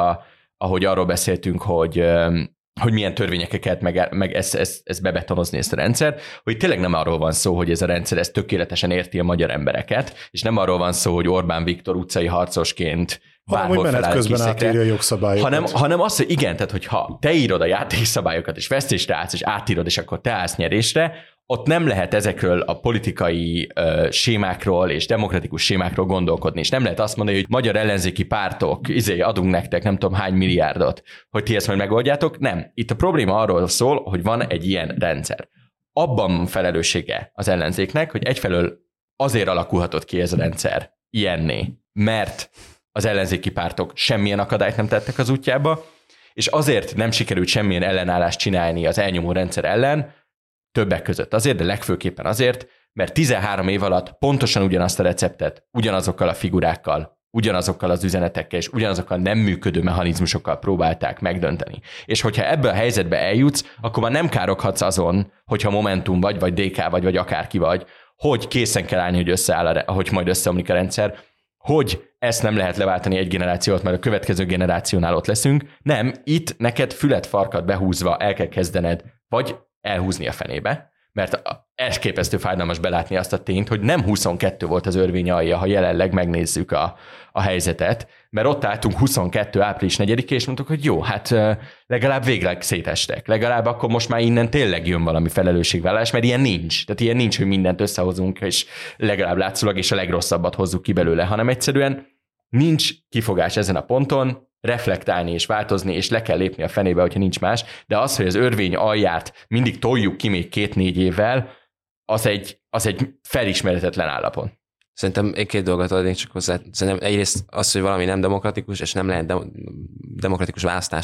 ahogy arról beszéltünk, hogy milyen törvényeket kellett meg ezt bebetonozni, ezt a rendszert, hogy tényleg nem arról van szó, hogy ez a rendszer ez tökéletesen érti a magyar embereket, és nem arról van szó, hogy Orbán Viktor utcai harcosként bárhol feláll közben átírja a jogszabályokat. Hanem az, hogy igen, tehát hogyha te írod a játékszabályokat, és vesztésre állsz, és átírod, és akkor te állsz nyerésre, ott nem lehet ezekről a politikai sémákról és demokratikus sémákról gondolkodni, és nem lehet azt mondani, hogy magyar ellenzéki pártok, adunk nektek nem tudom hány milliárdot, hogy ti ezt majd megoldjátok. Nem. Itt a probléma arról szól, hogy van egy ilyen rendszer. Abban felelőssége az ellenzéknek, hogy egyfelől azért alakulhatott ki ez a rendszer ilyenné, mert az ellenzéki pártok semmilyen akadályt nem tettek az útjába, és azért nem sikerült semmilyen ellenállást csinálni az elnyomó rendszer ellen, többek között azért, de legfőképpen azért, mert 13 év alatt pontosan ugyanazt a receptet, ugyanazokkal a figurákkal, ugyanazokkal az üzenetekkel és ugyanazokkal nem működő mechanizmusokkal próbálták megdönteni. És hogyha ebbe a helyzetbe eljutsz, akkor már nem károghatsz azon, hogyha Momentum vagy DK vagy akárki vagy, hogy készen kell állni, hogy majd összeomlik a rendszer, hogy ezt nem lehet leváltani egy generációt, mert a következő generációnál ott leszünk. Nem, itt neked fület farkat behúzva el kell kezdened, vagy elhúzni a fenébe, mert elképesztő fájdalmas belátni azt a tényt, hogy nem 22 volt az örvény alja, ha jelenleg megnézzük a helyzetet, mert ott álltunk 22. április 4-én, és mondtuk, hogy jó, hát legalább végleg szétestek, legalább akkor most már innen tényleg jön valami felelősségvállalás, mert ilyen nincs. Tehát ilyen nincs, hogy mindent összehozunk, és legalább látszólag, és a legrosszabbat hozzuk ki belőle, hanem egyszerűen nincs kifogás ezen a ponton, reflektálni és változni, és le kell lépni a fenébe, hogyha nincs más, de az, hogy az örvény alját mindig toljuk ki még 2-4 évvel, az egy felismerhetetlen állapot. Szerintem én 2 dolgot adnék csak hozzá. Szerintem egyrészt az, hogy valami nem demokratikus, és nem lehet demokratikus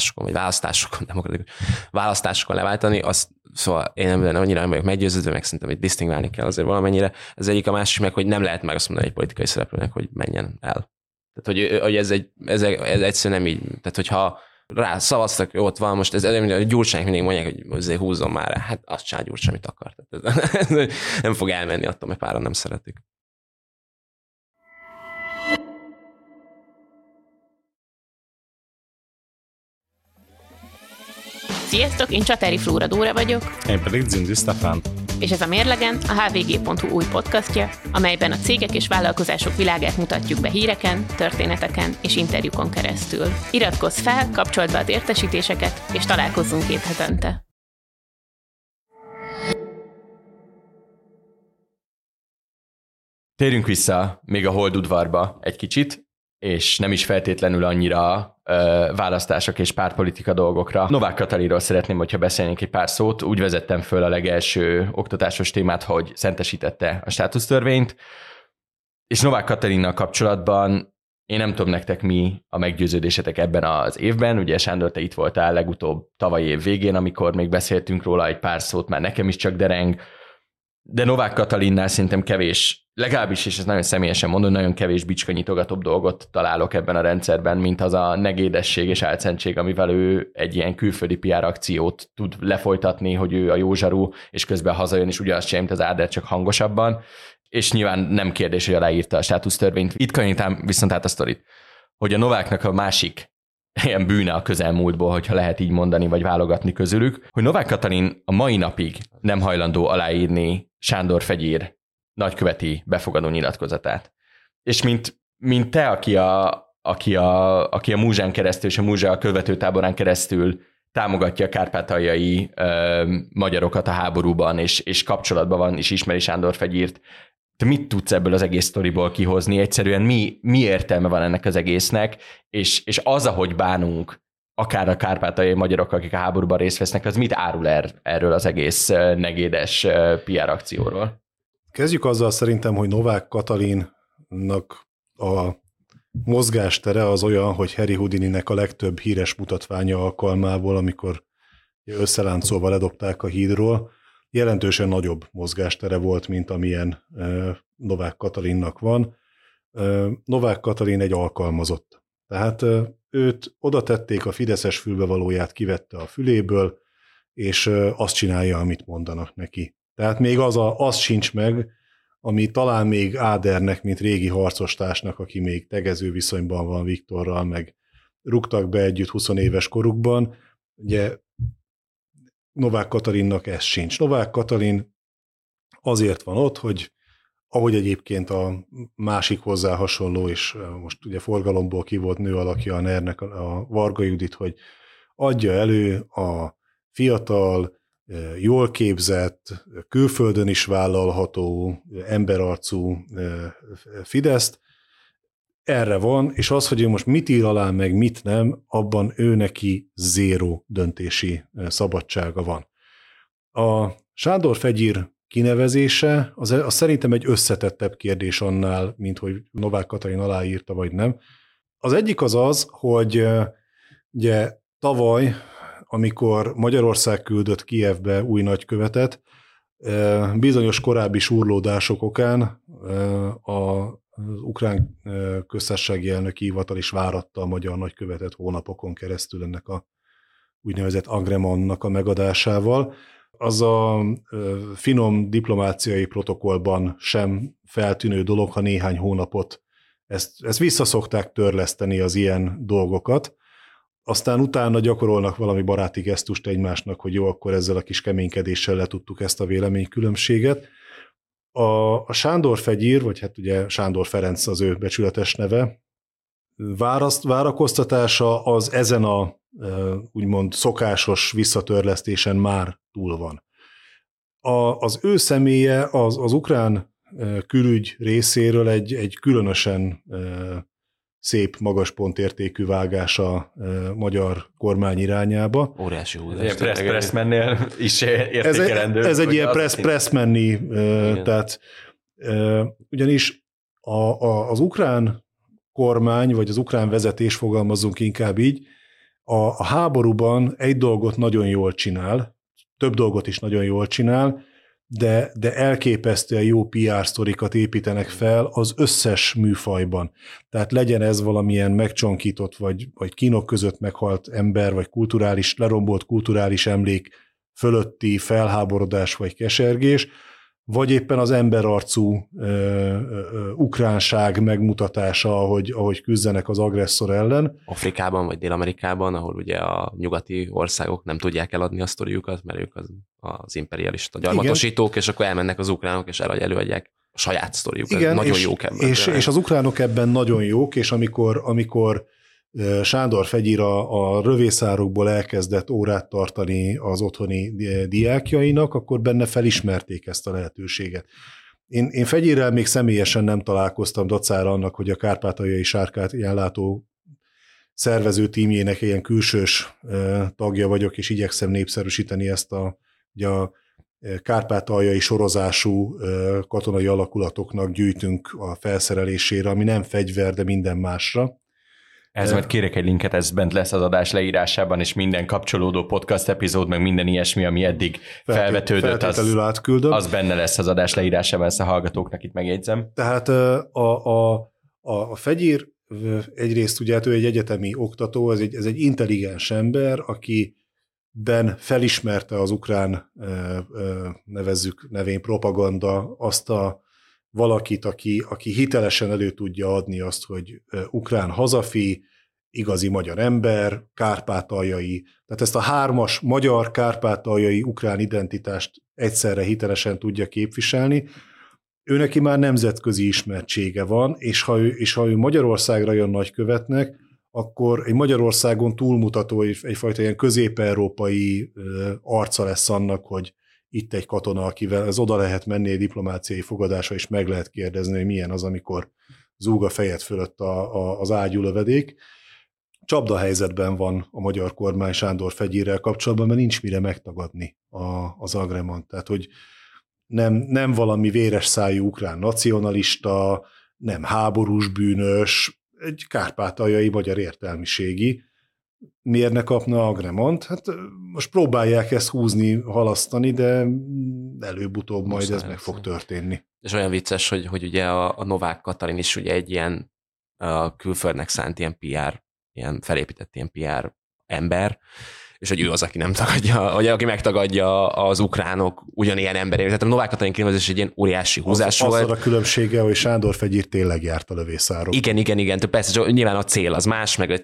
választásokon leváltani, azt szóval én annyira nem vagyok meggyőződve, meg szerintem itt disztingválni kell azért valamennyire. Ez egyik, a másik meg, hogy nem lehet meg azt mondani egy politikai szereplőnek, hogy menjen el. Tehát, hogy ez egyszerűen nem így. Tehát, hogyha rá szavaztak, hogy ott van, most a Gyurcsány mindig mondják, hogy azért húzzon már rá. Hát azt csinál Gyurcsány, amit akar. Tehát nem fog elmenni attól, mert páran nem szeretik. Sziasztok, én Csatári Flóra Dóra vagyok. Én pedig Zindi Stefán. És ez a Mérlegen, a hvg.hu új podcastja, amelyben a cégek és vállalkozások világát mutatjuk be híreken, történeteken és interjúkon keresztül. Iratkozz fel, kapcsold be az értesítéseket, és találkozzunk 2 hetente. Térjünk vissza még a Holdudvarba egy kicsit, és nem is feltétlenül annyira választások és pártpolitika dolgokra. Novák Katalinról szeretném, hogyha beszélnénk egy pár szót. Úgy vezettem föl a legelső oktatásos témát, hogy szentesítette a státusztörvényt, és Novák Katalinnal kapcsolatban én nem tudom nektek mi a meggyőződésetek ebben az évben. Ugye Sándor, te itt voltál legutóbb tavalyi év végén, amikor még beszéltünk róla egy pár szót, már nekem is csak dereng, de Novák Katalinnál szerintem kevés legalábbis, és ezt nagyon személyesen mondom, nagyon kevés bicskanyitogatóbb dolgot találok ebben a rendszerben, mint az a negédesség és álszentség, amivel ő egy ilyen külföldi PR akciót tud lefolytatni, hogy ő a jó zsaru, és közben hazajön, és ugyanazt sem, mint az Áder, csak hangosabban. És nyilván nem kérdés, hogy aláírta a státusztörvényt. Itt kannyitám viszont át a sztorit, hogy a Nováknak a másik ilyen bűne a közelmúltból, hogyha lehet így mondani, vagy válogatni közülük, hogy Novák Katalin a mai napig nem hajlandó aláírni Sándor Fegyér nagyköveti befogadó nyilatkozatát. És mint te, aki a Múzsán keresztül és a Múzsa követőtáborán keresztül támogatja a kárpátaljai magyarokat a háborúban, és kapcsolatban van, és ismeri Sándor Fegyért, te mit tudsz ebből az egész sztoriból kihozni? Egyszerűen mi értelme van ennek az egésznek, és az, ahogy bánunk akár a kárpátaljai magyarok, akik a háborúban részt vesznek, az mit árul erről az egész negédes PR akcióról? Kezdjük azzal szerintem, hogy Novák Katalinnak a mozgástere az olyan, hogy Harry Houdininek a legtöbb híres mutatványa alkalmából, amikor összeláncolva ledobták a hídról, jelentősen nagyobb mozgástere volt, mint amilyen Novák Katalinnak van. Novák Katalin egy alkalmazott. Tehát őt oda tették, a fideszes fülbevalóját kivette a füléből, és azt csinálja, amit mondanak neki. Tehát még az sincs meg, ami talán még Ádernek, mint régi harcostársnak, aki még tegező viszonyban van Viktorral, meg rúgtak be együtt 20 éves korukban, ugye Novák Katalinnak ez sincs. Novák Katalin azért van ott, hogy ahogy egyébként a másik hozzá hasonló, és most ugye forgalomból ki volt nő alakja a NER-nek, a Varga Judit, hogy adja elő a fiatal, jól képzett, külföldön is vállalható, emberarcú Fideszt. Erre van, és az, hogy ő most mit ír alá, meg mit nem, abban ő neki zéró döntési szabadsága van. A Sándor Fegyér kinevezése az szerintem egy összetettebb kérdés annál, mint hogy Novák Katalin aláírta, vagy nem. Az egyik az, hogy ugye tavaly, amikor Magyarország küldött Kijevbe új nagykövetet, bizonyos korábbi surlódások okán az ukrán köztársasági elnöki hivatal is váratta a magyar nagykövetet hónapokon keresztül ennek a úgynevezett agreementnak a megadásával. Az a finom diplomáciai protokollban sem feltűnő dolog, ha néhány hónapot ezt visszaszokták törleszteni az ilyen dolgokat. Aztán utána gyakorolnak valami baráti gesztust egymásnak, hogy jó, akkor ezzel a kis keménykedéssel letudtuk ezt a véleménykülönbséget. A Sándor Fegyér, vagy hát ugye Sándor Ferenc az ő becsületes neve, várakoztatása az ezen a úgymond szokásos visszatörlesztésen már túl van. Az ő személye az ukrán külügy részéről egy különösen szép, magas pontértékű vágás a magyar kormány irányába. Óriási húzás. Pressmannél is értékelendő. Ez egy ilyen pressmanni, tehát ugyanis az ukrán kormány, vagy az ukrán vezetés, fogalmazzunk inkább így, a háborúban egy dolgot nagyon jól csinál, több dolgot is nagyon jól csinál, de elképesztően jó PR sztorikat építenek fel az összes műfajban. Tehát legyen ez valamilyen megcsonkított, vagy kínok között meghalt ember, vagy lerombolt kulturális emlék fölötti felháborodás, vagy kesergés, vagy éppen az emberarcú ukránság megmutatása, ahogy küzdenek az agresszor ellen. Afrikában vagy Dél-Amerikában, ahol ugye a nyugati országok nem tudják eladni a sztoriukat, mert ők az imperialista gyarmatosítók, és akkor elmennek az ukránok, és előadják a saját sztoriukat. Igen, nagyon jók ebben. És az ukránok ebben nagyon jók, és amikor Sándor Fegyér a rövészárokból elkezdett órát tartani az otthoni diákjainak, akkor benne felismerték ezt a lehetőséget. Én Fegyérrel még személyesen nem találkoztam, dacára annak, hogy a kárpátaljai sárkányellátó szervező tímjének ilyen külsős tagja vagyok, és igyekszem népszerűsíteni ezt a kárpátaljai sorozású katonai alakulatoknak gyűjtünk a felszerelésére, ami nem fegyver, de minden másra. Ez majd kérek egy linket, ez bent lesz az adás leírásában, és minden kapcsolódó podcast epizód, meg minden ilyesmi, ami eddig felvetődött, az benne lesz az adás leírásában, ezt a hallgatóknak itt megjegyzem. Tehát a Fegyir egyrészt ugye ő egy egyetemi oktató, ez egy intelligens ember, akiben felismerte az ukrán, nevezzük nevén propaganda, azt a valakit, aki hitelesen elő tudja adni azt, hogy ukrán hazafi, igazi magyar ember, kárpátaljai, tehát ezt a hármas magyar, kárpátaljai, ukrán identitást egyszerre hitelesen tudja képviselni. Ő neki már nemzetközi ismertsége van, és ha ő Magyarországra jön nagykövetnek, akkor egy Magyarországon túlmutató, egyfajta ilyen közép-európai arca lesz annak, hogy itt egy katona, akivel ez oda lehet menni egy diplomáciai fogadásra, és meg lehet kérdezni, hogy milyen az, amikor zúg a fejed fölött az ágyúlövedék. Csapdahelyzetben van a magyar kormány Sándor Fegyirrel kapcsolatban, mert nincs mire megtagadni az agrement. Tehát, hogy nem valami véres szájú ukrán nacionalista, nem háborús bűnös, egy kárpátaljai magyar értelmiségi. Miért ne kapna agrement? Hát most próbálják ezt húzni, halasztani, de előbb-utóbb majd ez meg fog történni. És olyan vicces, hogy ugye a Novák Katalin is ugye egy ilyen külföldnek szánt ilyen PR, ilyen felépített ilyen PR ember, és hogy ő az, aki nem tagadja, vagy aki megtagadja az ukránok ugyanilyen emberét. Tehát a Novák Katalin kinevezés egy ilyen óriási húzás volt. Az a különbsége, hogy Sándor Fegyir tényleg járt a lövészáron. Igen. Persze, nyilván a cél az más, meg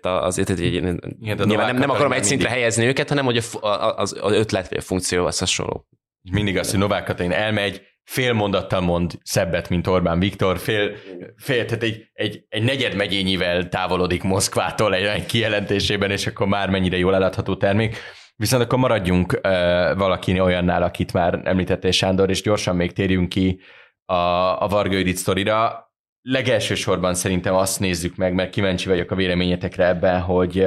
nyilván nem akarom egy szintre helyezni őket, hanem hogy az ötlet vagy a funkció az hasonló. Mindig az, hogy Novák Katalin elmegy, fél mondattal mond szebbet, mint Orbán Viktor, tehát egy negyedmegyényivel távolodik Moszkvától egy kijelentésében, és akkor már mennyire jól eladható termék. Viszont akkor maradjunk valaki olyannál, akit már említettél, Sándor, és gyorsan még térjünk ki a Varga Judit sztorira. Legelső sorban szerintem azt nézzük meg, mert kíváncsi vagyok a véleményetekre ebben, hogy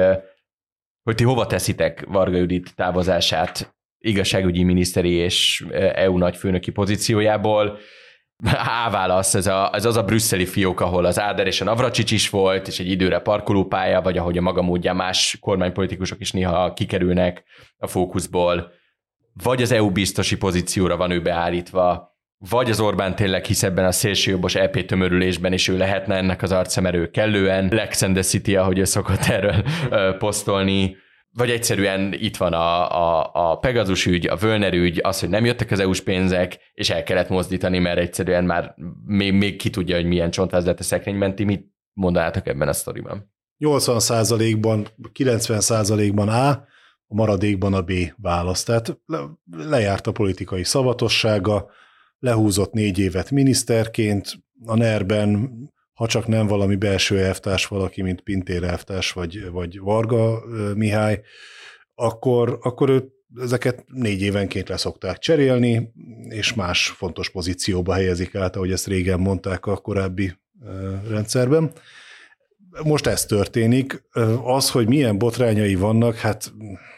ti hova teszitek Varga Judit távozását igazságügyi miniszteri és EU nagyfőnöki pozíciójából. A-válasz, ez az a brüsszeli fiók, ahol az Áder és a Navracsics is volt, és egy időre parkolópálya, vagy ahogy a maga módján más kormánypolitikusok is néha kikerülnek a fókuszból, vagy az EU biztosi pozícióra van ő beállítva, vagy az Orbán tényleg hisz ebben a szélsőjobbos EP tömörülésben, és ő lehetne ennek az arcszem kellően. Lex and the City, ahogy ő szokott erről posztolni, vagy egyszerűen itt van a Pegasus ügy, a Völner ügy, az, hogy nem jöttek az EU-s pénzek, és el kellett mozdítani, mert egyszerűen már még ki tudja, hogy milyen csontváz lett a szekrényben. Ti mit mondanátok ebben a sztoriban? 80%-ban, 90%-ban A, a maradékban a B válasz. Tehát lejárt a politikai szavatossága, lehúzott 4 évet miniszterként, a NER-ben, ha csak nem valami belső elvtárs valaki, mint Pintér elvtárs, vagy Varga Mihály, akkor őt ezeket 4 évenként leszokták cserélni, és más fontos pozícióba helyezik át, ahogy ezt régen mondták a korábbi rendszerben. Most ez történik. Az, hogy milyen botrányai vannak, hát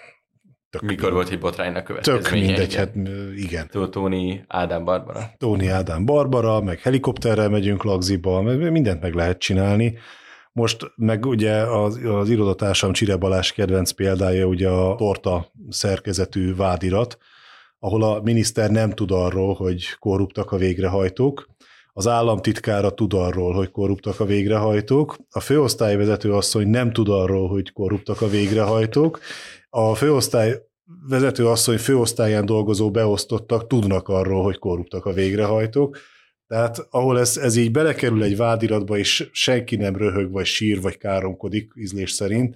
mikor volt egy botránynak következménye? Tök mindegy, hát igen. Tóni Ádám Barbara. Tóni Ádám Barbara, meg helikopterrel megyünk Lagziba, mindent meg lehet csinálni. Most meg ugye az irodatársam Csire Balázs kedvenc példája ugye a torta szerkezetű vádirat, ahol a miniszter nem tud arról, hogy korruptak a végrehajtók, az államtitkára tud arról, hogy korruptak a végrehajtók, a főosztályvezető asszony nem tud arról, hogy korruptak a végrehajtók, a főosztályvezető asszony főosztályán dolgozó beosztottak tudnak arról, hogy korruptak a végrehajtók. Tehát ahol ez így belekerül egy vádiratba, és senki nem röhög, vagy sír, vagy káromkodik ízlés szerint,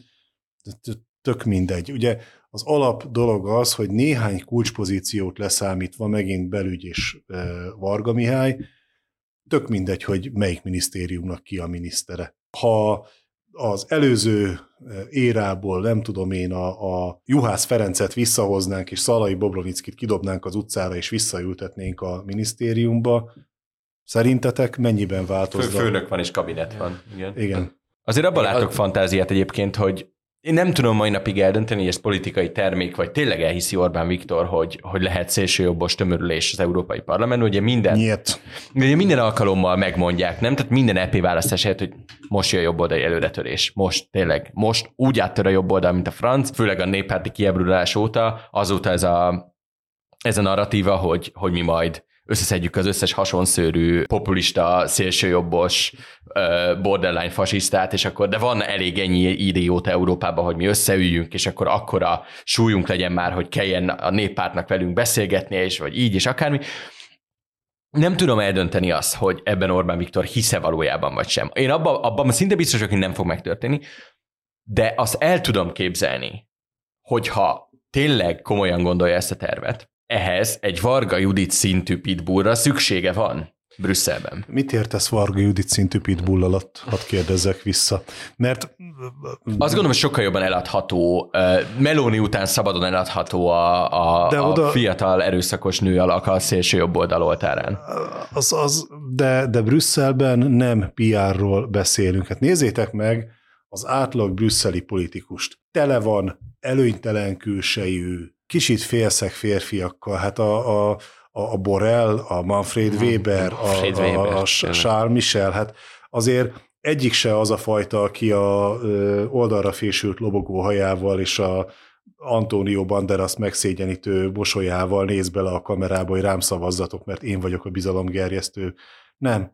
tök mindegy. Ugye az alap dolog az, hogy néhány kulcspozíciót leszámítva, megint Belügy és Varga Mihály, tök mindegy, hogy melyik minisztériumnak ki a minisztere. Ha az előző érából, nem tudom én, a Juhász Ferencet visszahoznánk, és Szalai Bobrovickit kidobnánk az utcára, és visszaültetnénk a minisztériumba, szerintetek mennyiben változna? Főnök van és kabinet van. Igen. Azért abban látok fantáziát egyébként, hogy én nem tudom mai napig eldönteni, hogy ez politikai termék, vagy tényleg elhiszi Orbán Viktor, hogy lehet szélsőjobbos tömörülés az Európai Parlamentben. Ugye minden alkalommal megmondják, nem? Tehát minden EP választás helyett, hogy most jön a jobboldali előretörés. Most úgy áttör a jobboldal, mint a franc, főleg a néppárti kiábrulás óta, azóta ez a narratíva, hogy mi majd összeszedjük az összes hasonszőrű, populista, szélsőjobbos, borderline fasisztát, és akkor, de van elég ennyi idióta Európában, hogy mi összeüljünk, és akkor akkora súlyunk legyen már, hogy kelljen a néppártnak velünk beszélgetnie, és vagy így, és akármi. Nem tudom eldönteni azt, hogy ebben Orbán Viktor hisze valójában vagy sem. Én abban szinte biztos vagyok, hogy nem fog megtörténni, de azt el tudom képzelni, hogyha tényleg komolyan gondolja ezt a tervet, ehhez egy Varga Judit szintű pitbullra szüksége van Brüsszelben. Mit értesz Varga Judit szintű pitbull alatt? Hadd kérdezzek vissza. Mert azt gondolom, hogy sokkal jobban eladható, Meloni után szabadon eladható a fiatal erőszakos nő a szélső jobb oldal oltárán. De Brüsszelben nem PR-ról beszélünk. Hát nézzétek meg az átlag brüsszeli politikust. Tele van előnytelen külsejű, kicsit félszeg férfiakkal, hát a Borrell, a Manfred Weber, a Charles Michel, hát azért egyik se az a fajta, aki a oldalra fésült lobogó hajával és a Antonio Banderas megszégyenítő mosolyával néz bele a kamerába, hogy rám szavazzatok, mert én vagyok a bizalomgerjesztő. Nem.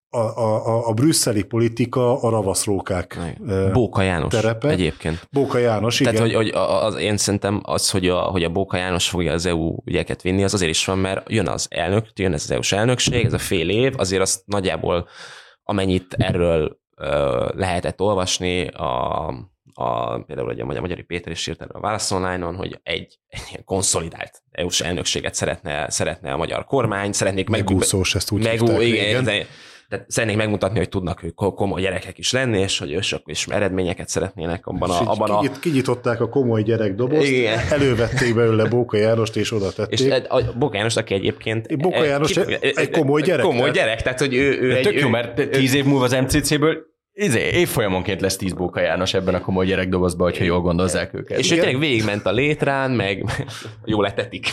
A brüsszeli politika a ravaszrókák Bóka János terepe. Egyébként. Bóka János, igen. Tehát, hogy én szerintem az, hogy a Bóka János fogja az EU ügyeket vinni, az azért is van, mert jön ez az EU-s elnökség, ez a fél év, azért azt nagyjából amennyit erről lehetett olvasni, például ugye a Magyari Péter is írt erről a Válasz Online-on, hogy egy ilyen konszolidált EU-s elnökséget szeretne a magyar kormány, szeretnék megúszós, ezt úgy hívták. Igen. Tehát szeretnék megmutatni, hogy tudnak ők komoly gyerekek is lenni, és hogy és eredményeket szeretnének kinyitották a komoly gyerekdobozt, elővették belőle Bóka Jánost, és oda tették. És a Bóka János, aki egyébként... Bóka János egy komoly gyerek. Komoly gyerek, tehát hogy ő tök jó, mert 10 év múlva az MCC-ből évfolyamonként lesz 10 Bóka János ebben a komoly gyerekdobozban, hogyha jól gondozzák őket. És ő tényleg végigment a létrán, meg jól etetik.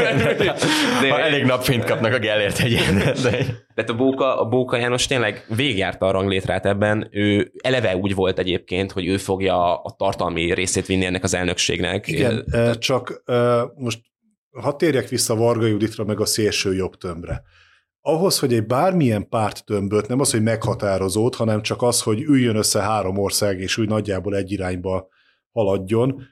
Ha elég napfényt kapnak a Gellért hegyen. Tehát a Bóka János tényleg végigjárta a ranglétrát ebben. Ő eleve úgy volt egyébként, hogy ő fogja a tartalmi részét vinni ennek az elnökségnek. Igen, csak most hadd térjek vissza Varga Juditra meg a szélső jobb tömbre. Ahhoz, hogy egy bármilyen párttömböt, nem az, hogy meghatározót, hanem csak az, hogy üljön össze 3 ország, és úgy nagyjából egy irányba haladjon,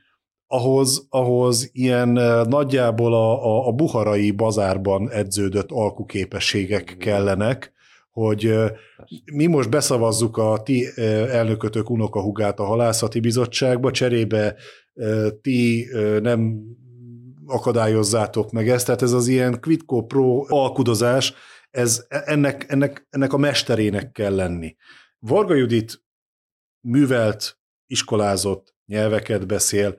ahhoz ilyen nagyjából a buharai bazárban edződött alkuképességek kellenek, hogy mi most beszavazzuk a ti elnökötök unokahúgát a halászati bizottságba, cserébe ti nem akadályozzátok meg ezt, tehát ez az ilyen quid pro alkudozás, ennek a mesterének kell lenni. Varga Judit művelt, iskolázott, nyelveket beszél,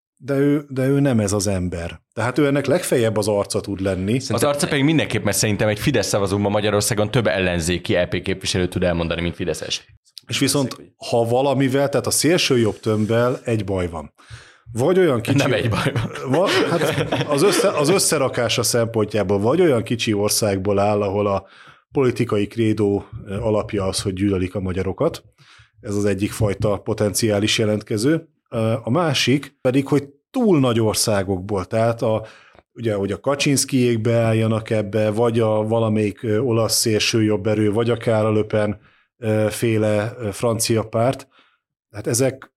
de ő nem ez az ember. Tehát ő ennek legfeljebb az arca tud lenni. Az arca pedig mindenképp, mert szerintem egy Fidesz szavazóban Magyarországon több ellenzéki EP képviselő tud elmondani, mint fideszes. És viszont, ha valamivel, tehát a szélső jobb tömbbel egy baj van. Vagy olyan kicsi... Nem egy baj van. Hát az összerakása szempontjából vagy olyan kicsi országból áll, ahol a politikai krédó alapja az, hogy gyűlölik a magyarokat. Ez az egyik fajta potenciális jelentkező. A másik pedig, hogy túl nagy országokból, tehát ugye, hogy a Kaczynszkijék beálljanak ebbe, vagy a valamelyik olasz szélsőjobb erő, vagy akár a Le Pen féle francia párt, hát ezek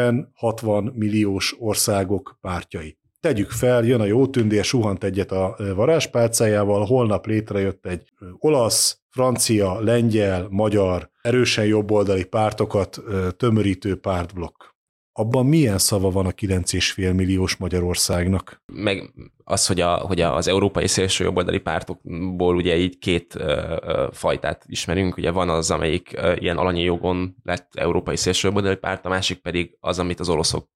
40-60 milliós országok pártjai. Tegyük fel, jön a jó tündér, suhant egyet a varázspálcájával, holnap létrejött egy olasz, francia, lengyel, magyar, erősen jobboldali pártokat tömörítő pártblokk. Abban milyen szava van a 9,5 milliós Magyarországnak? Meg az, hogy az európai szélső jobboldali pártokból ugye így 2 fajtát ismerünk. Ugye van az, amelyik ilyen alanyi jogon lett európai szélső jobboldali párt, a másik pedig az, amit az oroszok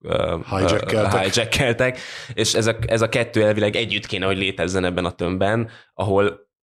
hijackeltek. És ez a 2 elvileg együtt kéne, hogy létezzen ebben a tömbben, ahol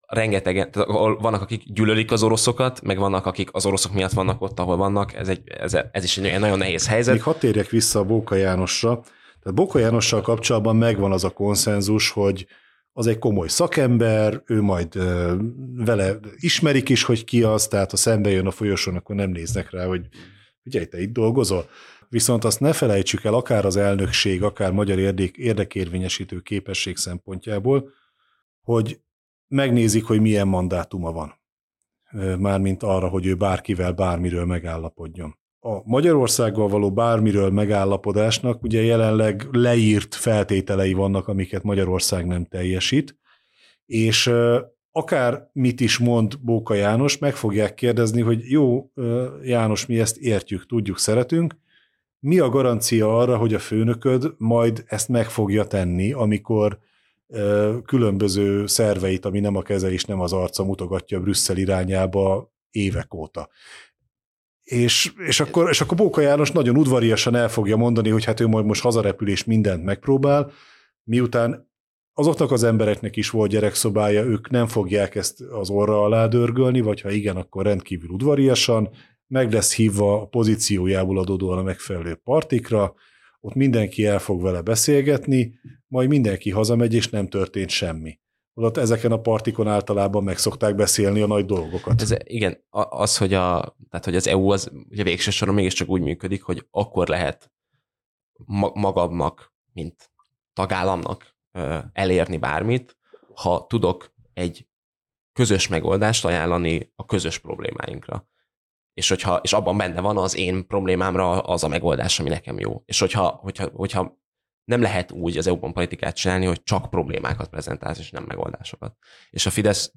rengetegen, vannak, akik gyűlölik az oroszokat, meg vannak, akik az oroszok miatt vannak ott, ahol vannak. Ez is egy nagyon nehéz helyzet. Még hadd térjek vissza a Bóka Jánosra. Tehát Bóka Jánossal kapcsolatban megvan az a konszenzus, hogy az egy komoly szakember, ő majd vele ismerik is, hogy ki az, tehát ha szembe jön a folyosón, akkor nem néznek rá, hogy figyelj, te itt dolgozol. Viszont azt ne felejtsük el, akár az elnökség, akár magyar érdekérvényesítő képesség szempontjából, hogy megnézik, hogy milyen mandátuma van. Mármint arra, hogy ő bárkivel, bármiről megállapodjon. A Magyarországgal való bármiről megállapodásnak ugye jelenleg leírt feltételei vannak, amiket Magyarország nem teljesít, és akár mit is mond Bóka János, meg fogják kérdezni, hogy jó, János, mi ezt értjük, tudjuk, szeretünk, mi a garancia arra, hogy a főnököd majd ezt meg fogja tenni, amikor különböző szerveit, ami nem a keze és nem az arca mutogatja Brüsszel irányába évek óta. És akkor Bóka János nagyon udvariasan el fogja mondani, hogy hát ő majd most hazarepül és mindent megpróbál, miután azoknak az embereknek is volt gyerekszobája, ők nem fogják ezt az orra alá dörgölni, vagy ha igen, akkor rendkívül udvariasan, meg lesz hívva a pozíciójából adódóan a megfelelő partikra, ott mindenki el fog vele beszélgetni, majd mindenki hazamegy, és nem történt semmi. Ott ezeken a partikon általában meg szokták beszélni a nagy dolgokat. Igen, hogy az EU az ugye végső soron mégiscsak úgy működik, hogy akkor lehet magamnak, mint tagállamnak elérni bármit, ha tudok egy közös megoldást ajánlani a közös problémáinkra. És abban benne van az én problémámra az a megoldás, ami nekem jó. És hogyha nem lehet úgy az EU-ban politikát csinálni, hogy csak problémákat prezentálsz, és nem megoldásokat. És a Fidesz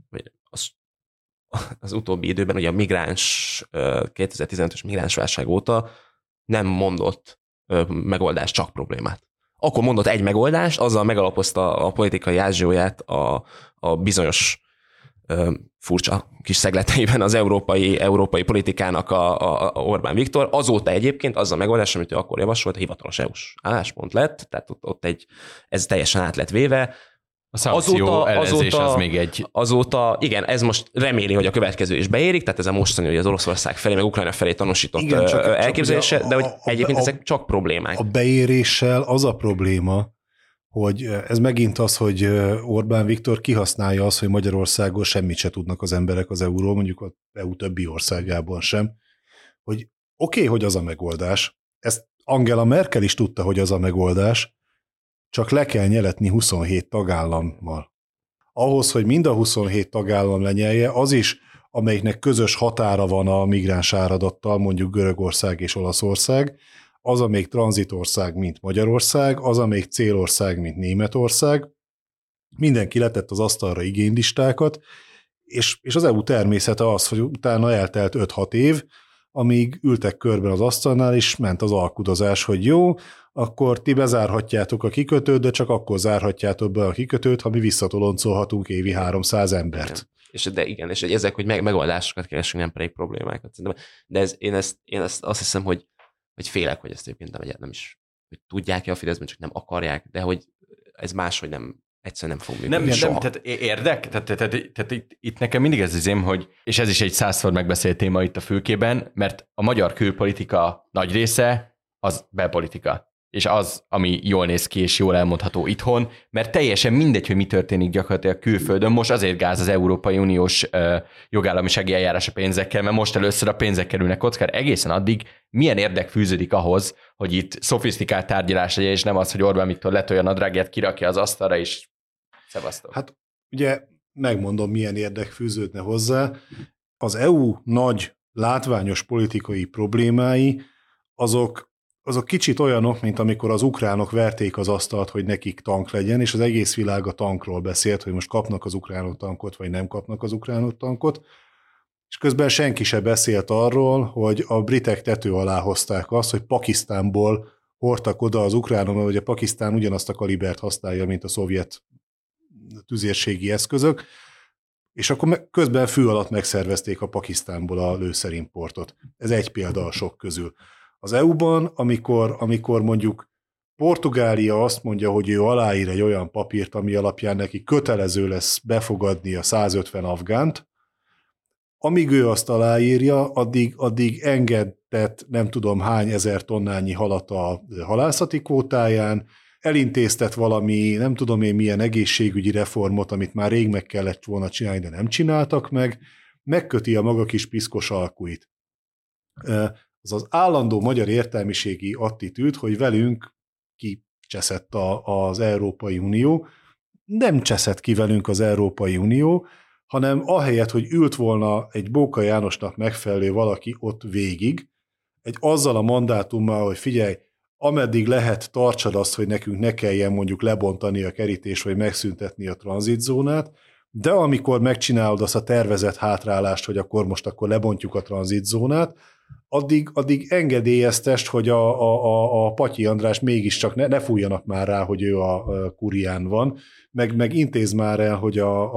az utóbbi időben, ugye a 2015-ös migránsválság óta nem mondott megoldást, csak problémát. Akkor mondott egy megoldást, azzal megalapozta a politikai ázsióját a bizonyos furcsa kis szegleteiben az európai politikának a Orbán Viktor. Azóta egyébként az a megoldás, amit ő akkor javasolt, a hivatalos EU-s álláspont lett, tehát ott ez teljesen át lett véve. A szankció ellenzés az még egy... Azóta, igen, ez most reméli, hogy a következő is beérik, tehát ez a mostani, hogy az Oroszország felé, meg Ukrajna felé tanúsított elképzelése, de hogy egyébként ezek csak problémák. A beéréssel az a probléma, hogy ez megint az, hogy Orbán Viktor kihasználja azt, hogy Magyarországon semmit se tudnak az emberek az EU-ról, mondjuk az EU többi országában sem, hogy oké, hogy az a megoldás, ezt Angela Merkel is tudta, hogy az a megoldás, csak le kell nyeletni 27 tagállammal. Ahhoz, hogy mind a 27 tagállam lenyelje, az is, amelyiknek közös határa van a migráns áradattal, mondjuk Görögország és Olaszország, az, amelyik tranzitország, mint Magyarország, az, amelyik célország, mint Németország. Mindenki letett az asztalra igénylistákat, és az EU természete az, hogy utána eltelt 5-6 év, amíg ültek körben az asztalnál, és ment az alkudozás, hogy jó, akkor ti bezárhatjátok a kikötőt, de csak akkor zárhatjátok be a kikötőt, ha mi visszatoloncolhatunk évi 300 embert. Igen. És ezek, hogy megoldásokat keresünk, nem pedig problémákat. De én ezt azt hiszem, hogy félek, hogy ezt egyébként nem is hogy tudják-e a Fideszben, csak nem akarják, de hogy ez máshogy egyszerűen nem fog működni. Nem, tehát érdek? Tehát itt nekem mindig ez az én, hogy, és ez is egy 100-szor megbeszélt téma itt a fülkében, mert a magyar külpolitika nagy része az belpolitika. És az, ami jól néz ki és jól elmondható itthon, mert teljesen mindegy, hogy mi történik gyakorlatilag külföldön. Most azért gáz az Európai Uniós jogállamisági eljárás a pénzekkel, mert most először a pénzek kerülnek kockára. Egészen addig milyen érdek fűződik ahhoz, hogy itt szofisztikált tárgyalás legyen, és nem az, hogy Orbán Viktor letolja a nadrágját, kirakja az asztalra, és szevasztok. Hát ugye megmondom, milyen érdek fűződne hozzá. Az EU nagy, látványos politikai problémái, azok kicsit olyanok, mint amikor az ukránok verték az asztalt, hogy nekik tank legyen, és az egész világ a tankról beszélt, hogy most kapnak az ukránok tankot, vagy nem kapnak az ukránok tankot, és közben senki se beszélt arról, hogy a britek tető alá hozták azt, hogy Pakisztánból hordtak oda az ukránok, hogy a Pakisztán ugyanazt a kalibert használja, mint a szovjet tüzérségi eszközök, és akkor közben fű alatt megszervezték a Pakisztánból a lőszerimportot. Ez egy példa a sok közül. Az EU-ban, amikor mondjuk Portugália azt mondja, hogy ő aláír egy olyan papírt, ami alapján neki kötelező lesz befogadni a 150 afgánt, amíg ő azt aláírja, addig engedett nem tudom hány ezer tonnányi halat a halászati kvótáján, elintéztet valami, nem tudom én milyen egészségügyi reformot, amit már rég meg kellett volna csinálni, de nem csináltak meg, megköti a maga kis piszkos alkuit. Az állandó magyar értelmiségi attitűd, hogy velünk kicseszett az Európai Unió, nem cseszett ki velünk az Európai Unió, hanem ahelyett, hogy ült volna egy Bóka Jánosnak megfelelő valaki ott végig, egy azzal a mandátummal, hogy figyelj, ameddig lehet, tartsad azt, hogy nekünk ne kelljen mondjuk lebontani a kerítést, vagy megszüntetni a tranzitzónát, de amikor megcsinálod azt a tervezett hátrálást, hogy akkor lebontjuk a tranzitzónát, addig engedélyeztest, hogy a Patyi András mégiscsak ne fújjanak már rá, hogy ő a kurián van, meg intéz már el, hogy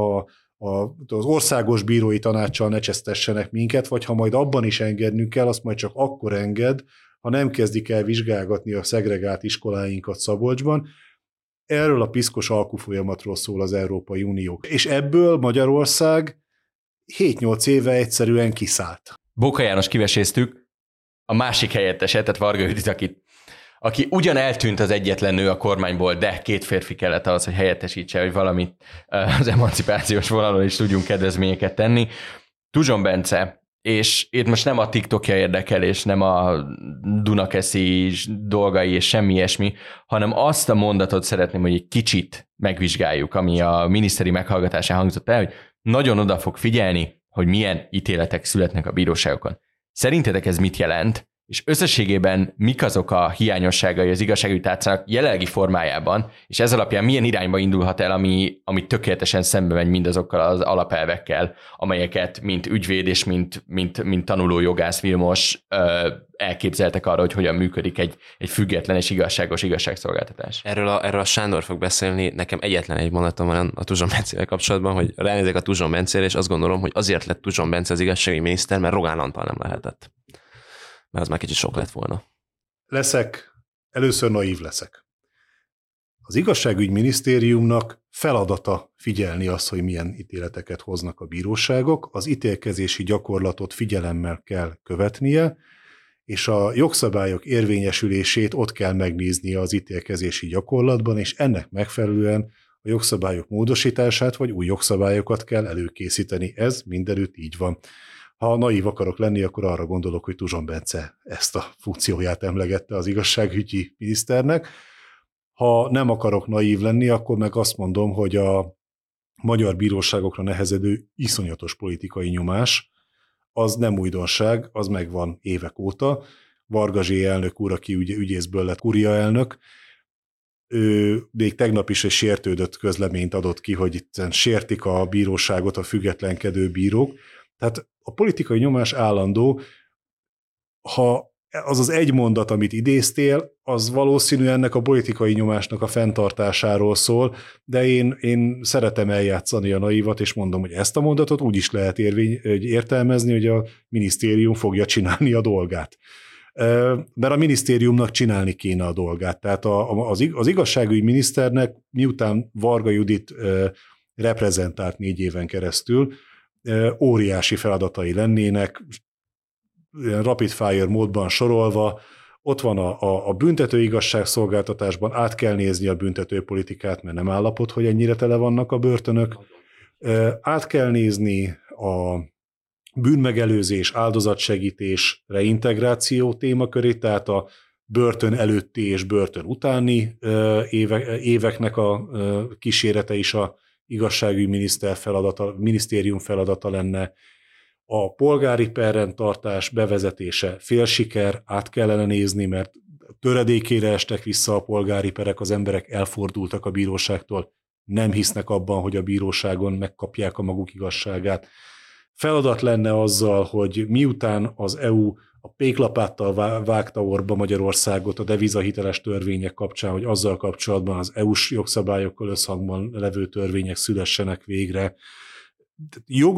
az országos bírói tanácssal ne csesztessenek minket, vagy ha majd abban is engednünk kell, azt majd csak akkor enged, ha nem kezdik el vizsgálgatni a szegregált iskoláinkat Szabolcsban. Erről a piszkos alkufolyamatról szól az Európai Unió. És ebből Magyarország 7-8 éve egyszerűen kiszállt. Bóka János kiveséztük, a másik helyetteset, tehát Varga Judit, aki ugyan eltűnt az egyetlen nő a kormányból, de 2 férfi kellett ahhoz, hogy helyettesítse, hogy valamit az emancipációs vonalon is tudjunk kedvezményeket tenni. Tuzson Bence, és itt most nem a TikTokja érdekel, és nem a Dunakeszi dolgai, és semmi ilyesmi, hanem azt a mondatot szeretném, hogy egy kicsit megvizsgáljuk, ami a miniszteri meghallgatásán hangzott el, hogy nagyon oda fog figyelni, hogy milyen ítéletek születnek a bíróságokon. Szerintetek ez mit jelent? És összességében mik azok a hiányosságai az igazságügyi tárcának jelenlegi formájában, és ez alapján milyen irányba indulhat el, ami tökéletesen szembe megy mindazokkal az alapelvekkel, amelyeket mint ügyvéd és mint tanuló jogász Vilmos elképzeltek arra, hogy hogyan működik egy független és igazságos igazságszolgáltatás. Erről a Sándor fog beszélni, nekem egyetlen egy mondatom van a Tuzson Bencével kapcsolatban, hogy ránézek a Tuzson Bencére, és azt gondolom, hogy azért lett Tuzson Bence az igazságügyi miniszter, mert Rogán Antal nem lehetett. Mert az már kicsit sok lett volna. Először naív leszek. Az igazságügyminisztériumnak feladata figyelni azt, hogy milyen ítéleteket hoznak a bíróságok, az ítélkezési gyakorlatot figyelemmel kell követnie, és a jogszabályok érvényesülését ott kell megnéznie az ítélkezési gyakorlatban, és ennek megfelelően a jogszabályok módosítását vagy új jogszabályokat kell előkészíteni. Ez mindenütt így van. Ha naív akarok lenni, akkor arra gondolok, hogy Tuzson Bence ezt a funkcióját emlegette az igazságügyi miniszternek. Ha nem akarok naív lenni, akkor meg azt mondom, hogy a magyar bíróságokra nehezedő iszonyatos politikai nyomás, az nem újdonság, az megvan évek óta. Varga Zsé elnök úr, aki ugye ügyészből lett kuria elnök, ő még tegnap is egy sértődött közleményt adott ki, hogy itt sértik a bíróságot a függetlenkedő bírók. Tehát a politikai nyomás állandó, ha az egy mondat, amit idéztél, az valószínűleg ennek a politikai nyomásnak a fenntartásáról szól, de én szeretem eljátszani a naivat, és mondom, hogy ezt a mondatot úgy is lehet értelmezni, hogy a minisztérium fogja csinálni a dolgát. Mert a minisztériumnak csinálni kéne a dolgát. Tehát az igazságügyi miniszternek, miután Varga Judit reprezentált 4 éven keresztül, óriási feladatai lennének, rapid fire módban sorolva, ott van a büntető igazságszolgáltatásban, át kell nézni a büntetőpolitikát, mert nem állapot, hogy ennyire tele vannak a börtönök, át kell nézni a bűnmegelőzés, áldozatsegítés, reintegráció témakörét, tehát a börtön előtti és börtön utáni éveknek a kísérete is a igazságügyi minisztérium feladata lenne. A polgári perrendtartás bevezetése félsiker, át kellene nézni, mert töredékére estek vissza a polgári perek, az emberek elfordultak a bíróságtól, nem hisznek abban, hogy a bíróságon megkapják a maguk igazságát. Feladat lenne azzal, hogy miután az EU a péklapáttal vágta orba Magyarországot a devizahiteles törvények kapcsán, hogy azzal kapcsolatban az EU-s jogszabályokkal összhangban levő törvények szülessenek végre.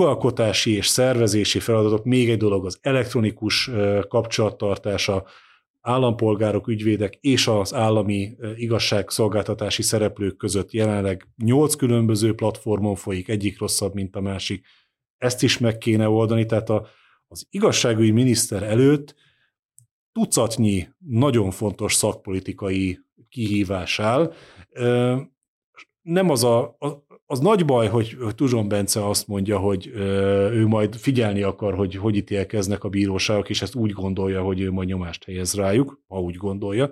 Jogalkotási és szervezési feladatok, még egy dolog az elektronikus kapcsolattartása, állampolgárok, ügyvédek és az állami igazságszolgáltatási szereplők között jelenleg 8 különböző platformon folyik, egyik rosszabb, mint a másik. Ezt is meg kéne oldani, tehát az igazságügyi miniszter előtt tucatnyi nagyon fontos szakpolitikai kihívás áll. Nem az nagy baj, hogy Tuzson Bence azt mondja, hogy ő majd figyelni akar, hogy ítélkeznek a bíróságok, és ezt úgy gondolja, hogy ő majd nyomást helyez rájuk, ha úgy gondolja.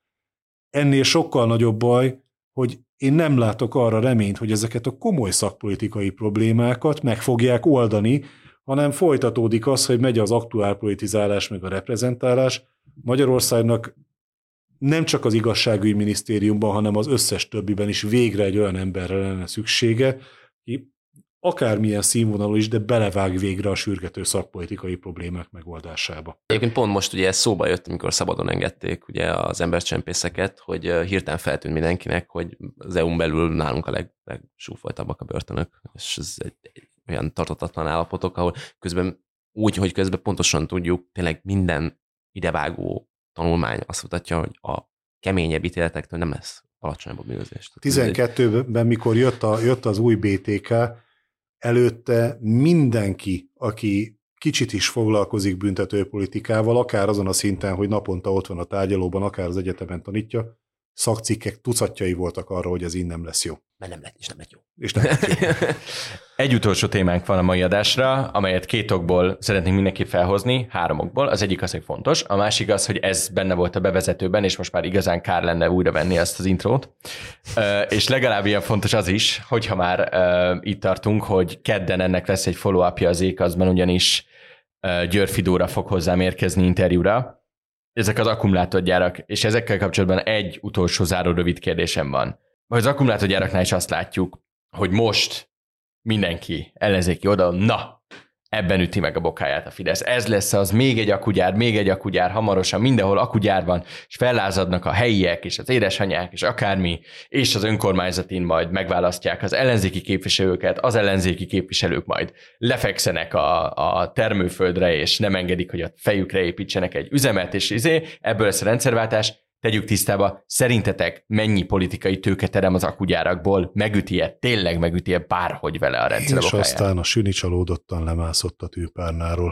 Ennél sokkal nagyobb baj, hogy én nem látok arra reményt, hogy ezeket a komoly szakpolitikai problémákat meg fogják oldani, hanem folytatódik az, hogy megy az aktuálpolitizálás meg a reprezentálás. Magyarországnak nem csak az igazságügyi minisztériumban, hanem az összes többiben is végre egy olyan emberre lenne szüksége, aki akármilyen színvonalú is, de belevág végre a sürgető szakpolitikai problémák megoldásába. Egyébként pont most ugye ez szóba jött, amikor szabadon engedték ugye az embercsempészeket, hogy hirtelen feltűnt mindenkinek, hogy az EU-n belül nálunk a legsúfoltabbak a börtönök, és ez egy olyan tarthatatlan állapotok, ahol közben úgy, hogy közben pontosan tudjuk, tényleg minden idevágó tanulmány azt mutatja, hogy a keményebb ítéletektől nem lesz alacsonyabb a bűnözés. 12-ben, mikor jött az új BTK, előtte mindenki, aki kicsit is foglalkozik büntetőpolitikával, akár azon a szinten, hogy naponta ott van a tárgyalóban, akár az egyetemen tanítja, szakcikkek tucatjai voltak arra, hogy ez így nem lesz jó. Mert nem lett jó. És nem lett jó. Egy utolsó témánk van a mai adásra, amelyet 2 okból szeretnénk mindenképp felhozni, 3 okból. Az egyik az, hogy fontos, a másik az, hogy ez benne volt a bevezetőben, és most már igazán kár lenne újra venni ezt az intrót. És legalább ilyen fontos az is, hogyha már itt tartunk, hogy kedden ennek lesz egy follow-upja az Ékazban, ugyanis Györfi Dóra fog hozzám érkezni interjúra. Ezek az akkumulátorgyárak, és ezekkel kapcsolatban egy utolsó záró rövid kérdésem van. Az akkumulátorgyáraknál is azt látjuk, hogy most mindenki ellenzéki oldalon, na, ebben üti meg a bokáját a Fidesz. Ez lesz az, még egy akkugyár, hamarosan mindenhol akkugyár van, és fellázadnak a helyiek, és az édesanyák, és akármi, és az önkormányzatin majd megválasztják az ellenzéki képviselőket, az ellenzéki képviselők majd lefekszenek a termőföldre, és nem engedik, hogy a fejükre építsenek egy üzemet, és ebből lesz a rendszerváltás. Tegyük tisztába, szerintetek mennyi politikai tőke terem az akkugyárakból, tényleg megüti-e bárhogy vele a rendszer és aztán a Süni csalódottan lemászott a tűpárnáról.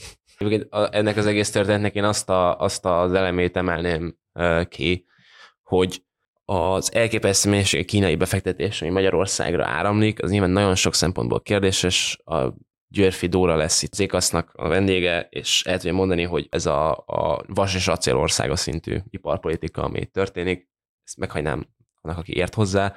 Ennek az egész történetnek én azt az elemét emelném ki, hogy az elképesztő mennyiségű kínai befektetés, ami Magyarországra áramlik, az nyilván nagyon sok szempontból kérdéses. A Györfi Dóra lesz itt az Ékasznak a vendége, és el tudja mondani, hogy ez a vas és acél országa szintű iparpolitika, ami történik, ezt meghagynám annak, aki ért hozzá.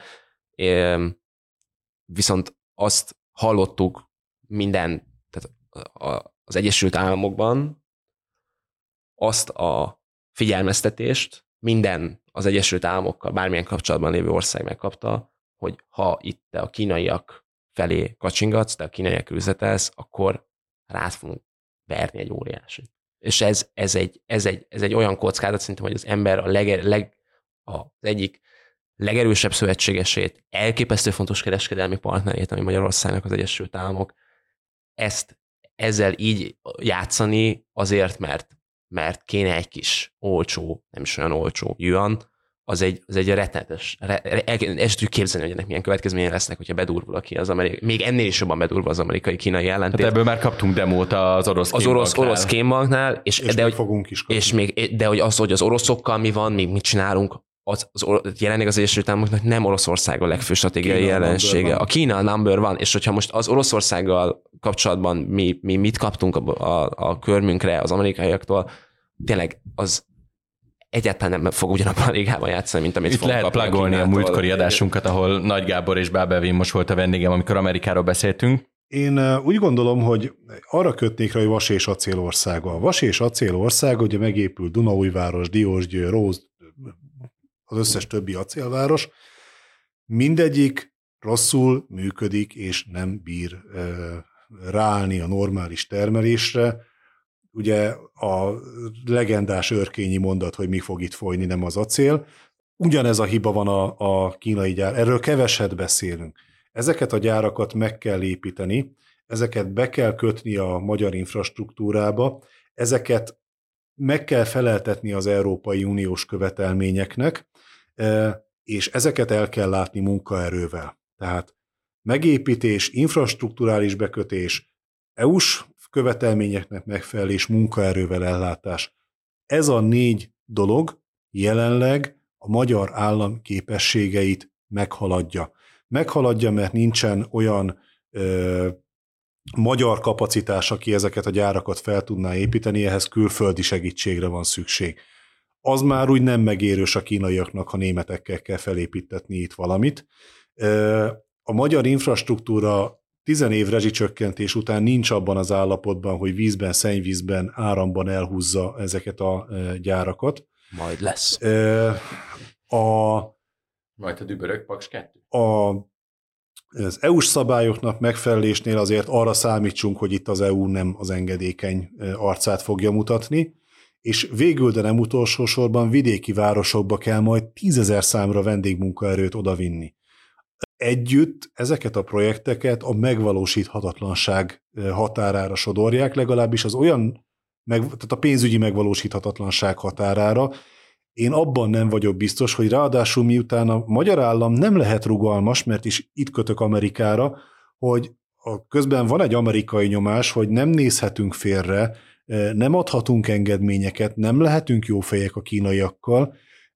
Viszont azt hallottuk tehát az Egyesült Államokban azt a figyelmeztetést minden az Egyesült Államokkal bármilyen kapcsolatban lévő ország megkapta, hogy ha itt a kínaiak felé kacsingatsz, de a kínaiak üzletelsz, akkor rád fogunk verni egy óriásit. És ez egy olyan kockázat, szerintem, hogy az ember az egyik legerősebb szövetségesét, elképesztő fontos kereskedelmi partnerét, ami Magyarországnak az Egyesült Államok, ezzel így játszani azért, mert kéne egy kis olcsó, nem is olyan olcsó yuan, az egy rettenetes, el tudjuk képzelni, hogy ennek milyen következménye lesznek, hogyha bedurvul ki az amerikai, még ennél is jobban bedurvul az amerikai-kínai ellentét. Hát ebből már kaptunk demót az orosz kémbanknál. orosz kémbanknál, fogunk is kapni. De hogy az, hogy az oroszokkal mi van, még mit csinálunk, jelenleg az Egyesült Államoknak nem Oroszország a legfőbb stratégiai jelensége. A Kína number van, és hogyha most az Oroszországgal kapcsolatban mi mit kaptunk a körmünkre az amerikaiaktól, tényleg az egyáltalán nem fog ugyanabban a ligában játszani, mint amit itt fogunk lehet kapni plagolni a múltkori adásunkat, ahol Nagy Gábor és Bábel Vin most volt a vendégem, amikor Amerikáról beszéltünk. Én úgy gondolom, hogy arra kötnék rá, hogy vas és acél országa. A vas és acél ország, ugye megépült Dunaújváros, Diósgyőr, Róz, az összes többi acélváros, mindegyik rosszul működik, és nem bír ráállni a normális termelésre. Ugye a legendás örkényi mondat, hogy mi fog itt folyni, nem az acél. Ugyanez a hiba van a kínai gyár. Erről keveset beszélünk. Ezeket a gyárakat meg kell építeni, ezeket be kell kötni a magyar infrastruktúrába, ezeket meg kell feleltetni az Európai Uniós követelményeknek, és ezeket el kell látni munkaerővel. Tehát megépítés, infrastrukturális bekötés, EU-s követelményeknek megfelelés, munkaerővel ellátás. Ez a 4 dolog jelenleg a magyar állam képességeit meghaladja. Meghaladja, mert nincsen olyan magyar kapacitás, aki ezeket a gyárakat fel tudná építeni, ehhez külföldi segítségre van szükség. Az már úgy nem megérős a kínaiaknak, ha németekkel kell felépítetni itt valamit. A magyar infrastruktúra 10 év rezsicsökkentés után nincs abban az állapotban, hogy vízben, szennyvízben, áramban elhúzza ezeket a gyárakat. Majd lesz. Majd a dübörög Paks 2. Az EU-s szabályoknak megfelelésnél azért arra számítsunk, hogy itt az EU nem az engedékeny arcát fogja mutatni, és végül, de nem utolsó sorban vidéki városokba kell majd 10 000 számra vendégmunkaerőt odavinni. Együtt ezeket a projekteket a megvalósíthatatlanság határára sodorják, legalábbis az olyan, tehát a pénzügyi megvalósíthatatlanság határára. Én abban nem vagyok biztos, hogy ráadásul miután a magyar állam nem lehet rugalmas, mert is itt kötök Amerikára, hogy közben van egy amerikai nyomás, hogy nem nézhetünk félre, nem adhatunk engedményeket, nem lehetünk jó fejek a kínaiakkal,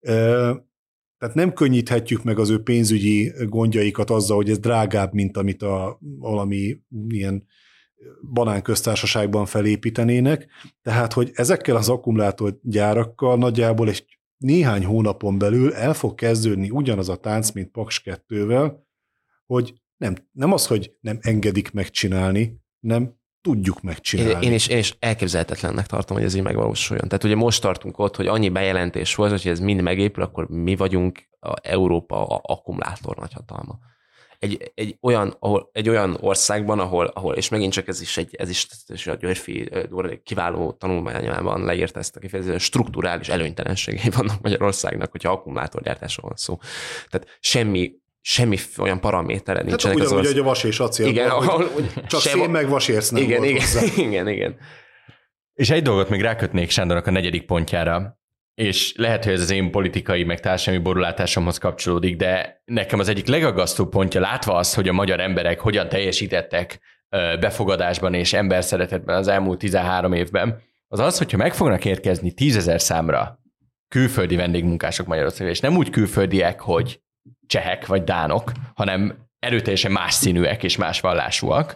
tehát nem könnyíthetjük meg az ő pénzügyi gondjaikat azzal, hogy ez drágább, mint amit valami ilyen banánköztársaságban felépítenének. Tehát, hogy ezekkel az akkumulátorgyárakkal nagyjából egy néhány hónapon belül el fog kezdődni ugyanaz a tánc, mint Paks 2-vel, hogy nem az, hogy nem engedik megcsinálni, nem tudjuk megcsinálni. Én is elképzelhetetlennek tartom, hogy ez így megvalósuljon. Tehát ugye most tartunk ott, hogy annyi bejelentés volt, hogy ez mind megépül, akkor mi vagyunk Európa akkumulátor nagyhatalma. Egy olyan országban, ahol és megint csak ez is a Györfi kiváló tanulmányában leírta ezt a kifejezést, strukturális előnytelenségei vannak Magyarországnak, hogyha akkumulátorgyártásról van szó. Tehát semmi olyan paramétere nincsenek az ország. Ugyanúgy, hogy a vas és acél. Igen, csak szén meg vasérc nem volt hozzá. Igen. És egy dolgot még rákötnék Sándornak a 4. pontjára, és lehet, hogy ez az én politikai, meg társadalmi borulátásomhoz kapcsolódik, de nekem az egyik legaggasztóbb pontja, látva azt, hogy a magyar emberek hogyan teljesítettek befogadásban és emberszeretetben az elmúlt 13 évben, az az, hogyha meg fognak érkezni 10 000 számra külföldi vendégmunkások Magyarországon, és nem úgy külföldiek, hogy csehek vagy dánok, hanem erőteljesen más színűek és más vallásúak,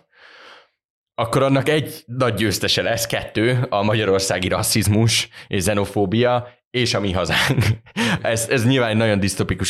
akkor annak egy nagy győztese lesz, 2, a magyarországi rasszizmus és xenofóbia, és a mi hazánk. Ez nyilván egy nagyon disztopikus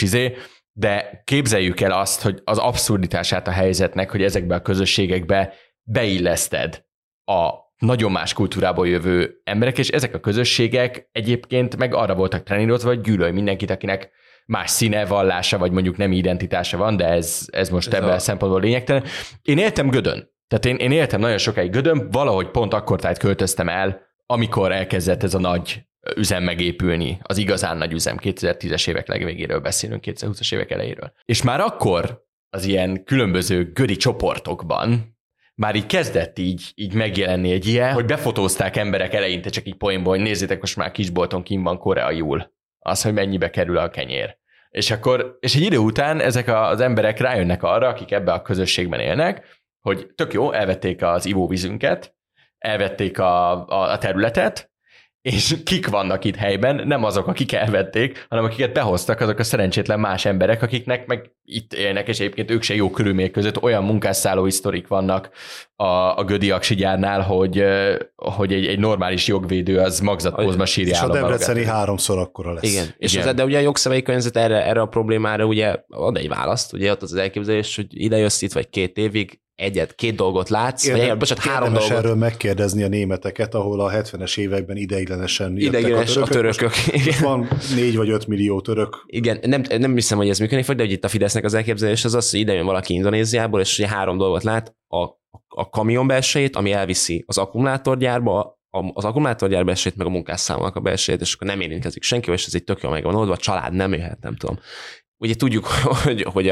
de képzeljük el azt, hogy az abszurditását a helyzetnek, hogy ezekbe a közösségekbe beilleszted a nagyon más kultúrából jövő emberek, és ezek a közösségek egyébként meg arra voltak trenírozva, hogy gyűlölj mindenkit, akinek más színe, vallása, vagy mondjuk nem identitása van, de ez most ebben a szempontból lényegtelen. Én éltem Gödön. Tehát én éltem nagyon sokáig Gödön, valahogy pont akkortájt költöztem el, amikor elkezdett ez a nagy üzem megépülni, az igazán nagy üzem, 2010-es évek legvégéről beszélünk, 2020-as évek elejéről. És már akkor az ilyen különböző gödi csoportokban már így kezdett így megjelenni egy ilyen, hogy befotózták emberek eleinte csak így poénból, hogy nézzétek, most már kisbolton kint van koreaiul, az, hogy mennyibe kerül a kenyér. És egy idő után ezek az emberek rájönnek arra, akik ebbe a közösségben élnek, hogy tök jó, elvették az ivóvízünket, elvették a területet, és kik vannak itt helyben, nem azok, akik elvették, hanem akiket behoztak, azok a szerencsétlen más emberek, akiknek meg itt élnek, és egyébként ők se jó körülmények között olyan munkásszállói sztorik vannak a gödi aksi gyárnál, hogy egy normális jogvédő az magzatpózba sírja. És a debreceni 3-szor akkora lesz. Igen. És de ugye a jogszabályi környezet erre a problémára ugye ad egy választ, ugye ott az elképzelés, hogy ide jössz itt vagy 2 évig, 1-2 dolgot látsz, vagy 3 dolgot. Erről megkérdezni a németeket, ahol a 70-es években ideiglenesen jöttek a törökök. Van 4 vagy 5 millió török. Igen, nem hiszem, hogy ez működik, de hogy itt a Fidesznek az elképzelés az, hogy ide jön valaki Indonéziából, és ugye 3 dolgot lát, a kamion belsejét, ami elviszi az akkumulátorgyárba, az akkumulátorgyár belsejét, meg a munkásszámolnak a belsejét, és akkor nem érintkezik senki, és ez így tök jól meg van oldva, a család nem jöhet, nem tudom. Ugye tudjuk, hogy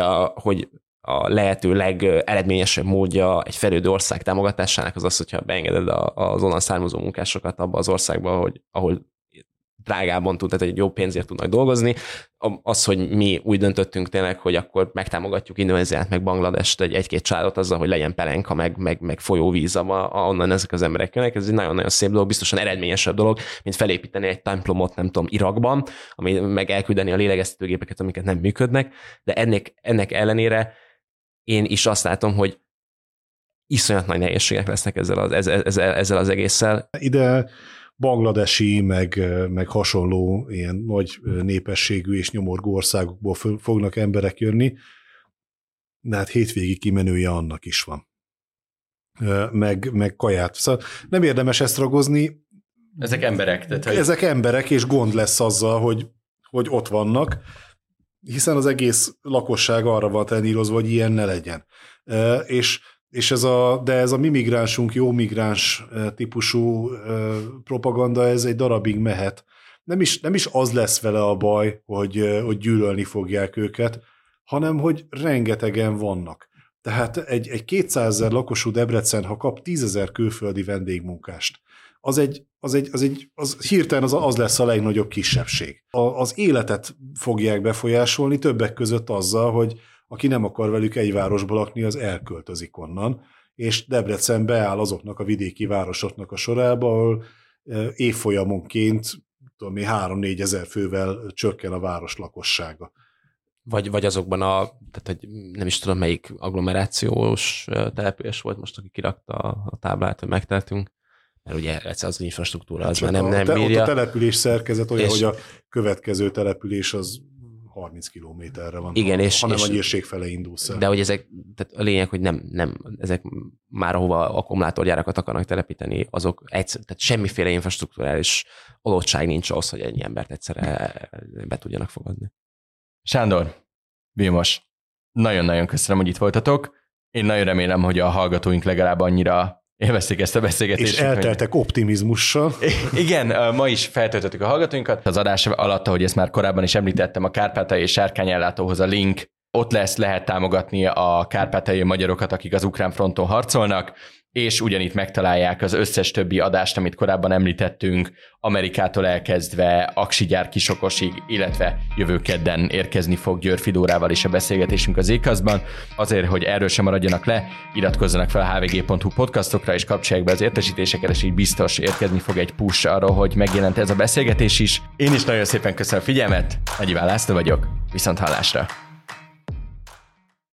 a lehető legeredményesebb módja egy fejlődő ország támogatásának az az, hogyha beengeded az onnan származó munkásokat abba az országba, ahol drágában tud, tehát egy jó pénzért tudnak dolgozni. Az, hogy mi úgy döntöttünk tényleg, hogy akkor megtámogatjuk Indonéziát, meg Bangladest, egy-két családot azzal, hogy legyen pelenka, meg folyóvíz, onnan ezek az emberek jönnek. Ez egy nagyon-nagyon szép dolog, biztosan eredményesebb dolog, mint felépíteni egy templomot, nem tudom, Irakban, ami meg elküldeni a lélegeztetőgépeket, amiket nem működnek, de ennek ellenére én is azt látom, hogy iszonyat nagy nehézségek lesznek ezzel az egésszel. Ide bangladesi, meg hasonló ilyen nagy népességű és nyomorgó országokból fognak emberek jönni, de hát hétvégi kimenője annak is van. Meg kaját. Szóval nem érdemes ezt ragozni. Ezek emberek. Tehát, hogy... Ezek emberek, és gond lesz azzal, hogy ott vannak, hiszen az egész lakosság arra van trenírozva, hogy ilyen ne legyen. De ez a mi migránsunk, jó migráns típusú propaganda, ez egy darabig mehet. Nem is az lesz vele a baj, hogy gyűlölni fogják őket, hanem hogy rengetegen vannak. Tehát egy 200 000 lakosú Debrecen, ha kap 10 000 külföldi vendégmunkást, az hirtelen az lesz a legnagyobb kisebbség. Az életet fogják befolyásolni többek között azzal, hogy aki nem akar velük egy városba lakni, az elköltözik onnan, és Debrecen beáll azoknak a vidéki városoknak a sorába, ahol évfolyamonként 3-4 ezer fővel csökken a város lakossága. Vagy azokban tehát hogy nem is tudom, melyik agglomerációs település volt most, aki kirakta a táblát, hogy megteltünk, mert ugye az infrastruktúra az már nem bírja. Ott a település szerkezet olyan, hogy a következő település az 30 kilométerre van, igen, hanem a nyírség fele indulsz el. De hogy tehát a lényeg, hogy nem ezek már ahova akkumulátorgyárakat akarnak telepíteni, azok tehát semmiféle infrastruktúrális adottság nincs ahhoz, hogy ennyi embert egyszerre be tudjanak fogadni. Sándor, Vilmos, nagyon-nagyon köszönöm, hogy itt voltatok. Én nagyon remélem, hogy a hallgatóink legalább annyira élvezték ezt a beszélgetést. És elteltek optimizmussal. Igen, ma is feltöltöttük a hallgatóinkat. Az adás alatt, ahogy ezt már korábban is említettem, a Kárpátaljai és Sárkányellátóhoz a link. Ott lehet támogatni a kárpátaljai magyarokat, akik az ukrán fronton harcolnak, és ugyanitt megtalálják az összes többi adást, amit korábban említettünk, Amerikától elkezdve Aksi-gyár Kisokosig, illetve jövő kedden érkezni fog Győr Fidórával is a beszélgetésünk az Ékazban. Azért, hogy erről sem maradjanak le, iratkozzanak fel a hvg.hu podcastokra, és kapcsolják be az értesítéseket, és így biztos érkezni fog egy push arról, hogy megjelent ez a beszélgetés is. Én is nagyon szépen köszönöm a figyelmet, Nagy Iván László vagyok, viszont hallásra!